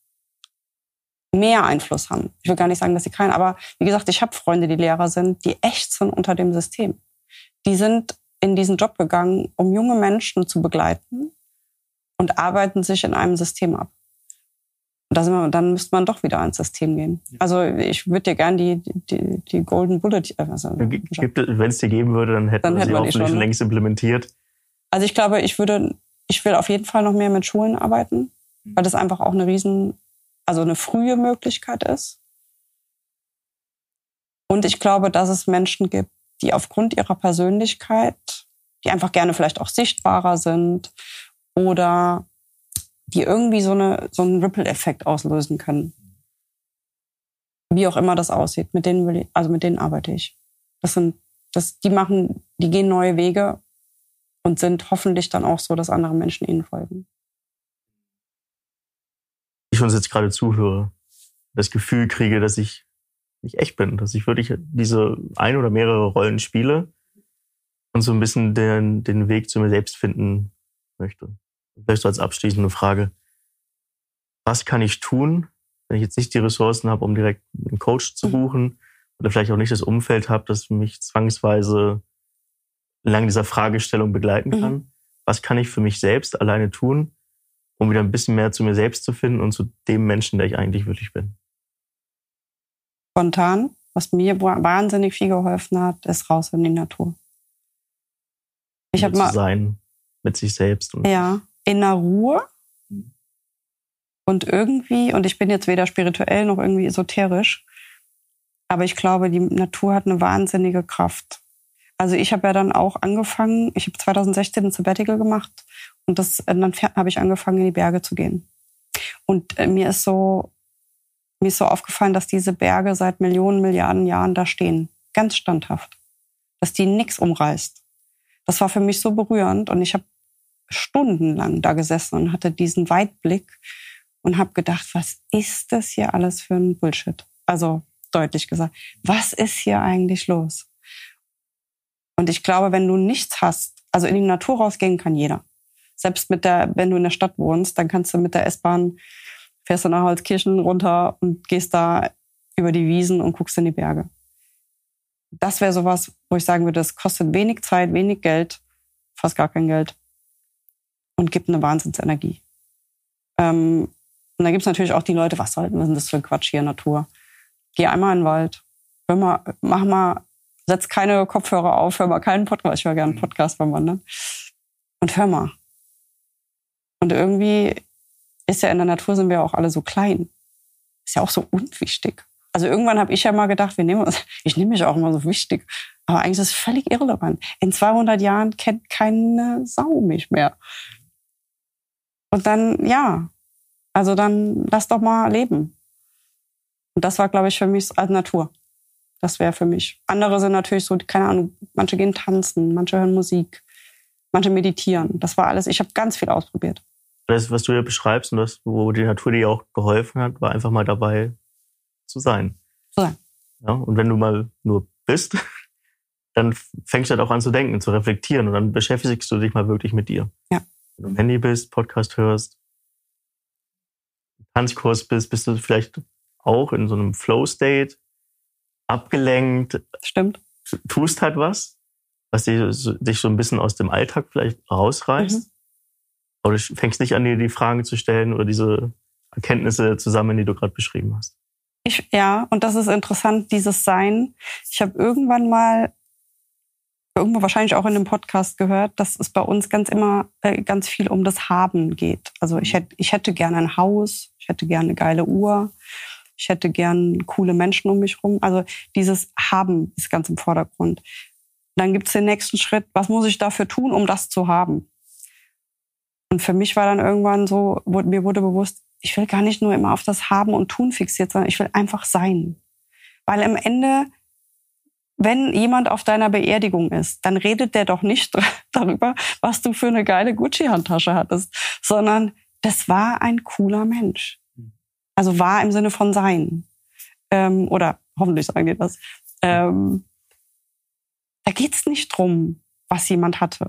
mehr Einfluss haben. Ich will gar nicht sagen, dass sie keinen, aber wie gesagt, ich habe Freunde, die Lehrer sind, die ächzen unter dem System. Die sind in diesen Job gegangen, um junge Menschen zu begleiten und arbeiten sich in einem System ab. Und dann müsste man doch wieder ins System gehen. Also ich würde dir gern die Golden Bullet...
Wenn es die geben würde, dann hätten wir sie hoffentlich schon längst implementiert.
Also ich glaube, ich will auf jeden Fall noch mehr mit Schulen arbeiten, weil das einfach auch eine frühe Möglichkeit ist. Und ich glaube, dass es Menschen gibt, die aufgrund ihrer Persönlichkeit, die einfach gerne vielleicht auch sichtbarer sind oder die irgendwie so einen Ripple-Effekt auslösen können. Wie auch immer das aussieht, mit denen arbeite ich. Die gehen neue Wege und sind hoffentlich dann auch so, dass andere Menschen ihnen folgen.
Ich uns jetzt gerade zuhöre, das Gefühl kriege, dass ich nicht echt bin, dass ich wirklich diese ein oder mehrere Rollen spiele und so ein bisschen den Weg zu mir selbst finden möchte. Vielleicht so als abschließende Frage. Was kann ich tun, wenn ich jetzt nicht die Ressourcen habe, um direkt einen Coach zu buchen oder vielleicht auch nicht das Umfeld habe, das mich zwangsweise entlang dieser Fragestellung begleiten kann? Was kann ich für mich selbst alleine tun, um wieder ein bisschen mehr zu mir selbst zu finden und zu dem Menschen, der ich eigentlich wirklich bin?
Spontan, was mir wahnsinnig viel geholfen hat, ist raus in die Natur. Ich habe mal
sein mit sich selbst.
Ja, in der Ruhe. Und irgendwie, und ich bin jetzt weder spirituell noch irgendwie esoterisch, aber ich glaube, die Natur hat eine wahnsinnige Kraft. Also ich habe ja dann auch angefangen, ich habe 2016 ein Sabbatical gemacht und dann habe ich angefangen, in die Berge zu gehen. Und mir ist so aufgefallen, dass diese Berge seit Millionen, Milliarden Jahren da stehen. Ganz standhaft. Dass die nichts umreißt. Das war für mich so berührend und ich habe stundenlang da gesessen und hatte diesen Weitblick und habe gedacht, was ist das hier alles für ein Bullshit? Also deutlich gesagt, was ist hier eigentlich los? Und ich glaube, wenn du nichts hast, also in die Natur rausgehen kann jeder. Selbst wenn du in der Stadt wohnst, dann kannst du mit der S-Bahn, fährst du nach Holzkirchen runter und gehst da über die Wiesen und guckst in die Berge. Das wäre sowas, wo ich sagen würde, das kostet wenig Zeit, wenig Geld, fast gar kein Geld und gibt eine Wahnsinnsenergie. Und da gibt es natürlich auch die Leute, was ist denn das für ein Quatsch hier, Natur? Geh einmal in den Wald, setz keine Kopfhörer auf, hör mal keinen Podcast. Ich höre gerne einen Podcast beim Wandern. Und hör mal. Und irgendwie ist ja in der Natur, sind wir auch alle so klein. Ist ja auch so unwichtig. Also irgendwann habe ich ja mal gedacht, ich nehme mich auch immer so wichtig. Aber eigentlich ist es völlig irrelevant. In 200 Jahren kennt keine Sau mich mehr. Und dann, dann lass doch mal leben. Und das war, glaube ich, für mich als Natur. Das wäre für mich. Andere sind natürlich so, keine Ahnung, manche gehen tanzen, manche hören Musik, manche meditieren. Das war alles, ich habe ganz viel ausprobiert.
Das, was du hier beschreibst und das, wo die Natur dir auch geholfen hat, war einfach mal dabei zu sein. Ja, und wenn du mal nur bist, dann fängst du halt auch an zu denken, zu reflektieren und dann beschäftigst du dich mal wirklich mit dir.
Ja.
Wenn du am Handy bist, Podcast hörst, Tanzkurs bist du vielleicht auch in so einem Flow-State, abgelenkt.
Stimmt.
Tust halt was dich so ein bisschen aus dem Alltag vielleicht rausreißt. Aber du fängst nicht an, dir die Fragen zu stellen oder diese Erkenntnisse zu sammeln, die du gerade beschrieben hast.
Und das ist interessant, dieses Sein. Ich habe irgendwann mal irgendwo wahrscheinlich auch in einem Podcast gehört, dass es bei uns ganz viel um das Haben geht. Also ich hätte gerne ein Haus, ich hätte gerne eine geile Uhr, ich hätte gerne coole Menschen um mich rum. Also dieses Haben ist ganz im Vordergrund. Dann gibt es den nächsten Schritt, was muss ich dafür tun, um das zu haben? Und für mich war dann irgendwann so, mir wurde bewusst, ich will gar nicht nur immer auf das Haben und Tun fixiert sein, ich will einfach sein. Weil am Ende, wenn jemand auf deiner Beerdigung ist, dann redet der doch nicht darüber, was du für eine geile Gucci-Handtasche hattest, sondern das war ein cooler Mensch. Also war im Sinne von sein. Oder hoffentlich sagen die das. Da geht's nicht drum, was jemand hatte.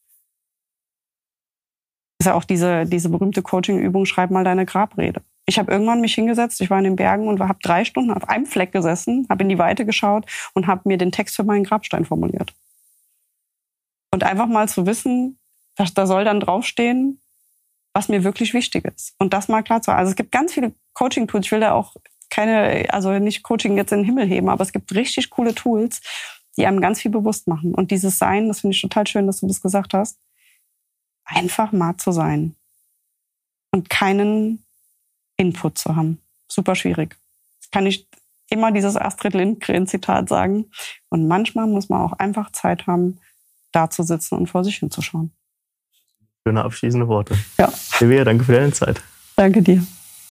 Das ist ja auch diese berühmte Coaching-Übung, schreib mal deine Grabrede. Ich habe irgendwann mich hingesetzt, ich war in den Bergen und habe 3 Stunden auf einem Fleck gesessen, habe in die Weite geschaut und habe mir den Text für meinen Grabstein formuliert. Und einfach mal zu wissen, da soll dann draufstehen, was mir wirklich wichtig ist. Und das mal klar zu haben. Also es gibt ganz viele Coaching-Tools, ich will da auch nicht Coaching jetzt in den Himmel heben, aber es gibt richtig coole Tools, die einem ganz viel bewusst machen. Und dieses Sein, das finde ich total schön, dass du das gesagt hast, einfach mal zu sein. Und keinen Input zu haben. Super schwierig. Kann ich immer dieses Astrid Lindgren-Zitat sagen. Und manchmal muss man auch einfach Zeit haben, da zu sitzen und vor sich hinzuschauen.
Schöne abschließende Worte.
Ja.
Silvia, danke für deine Zeit.
Danke dir.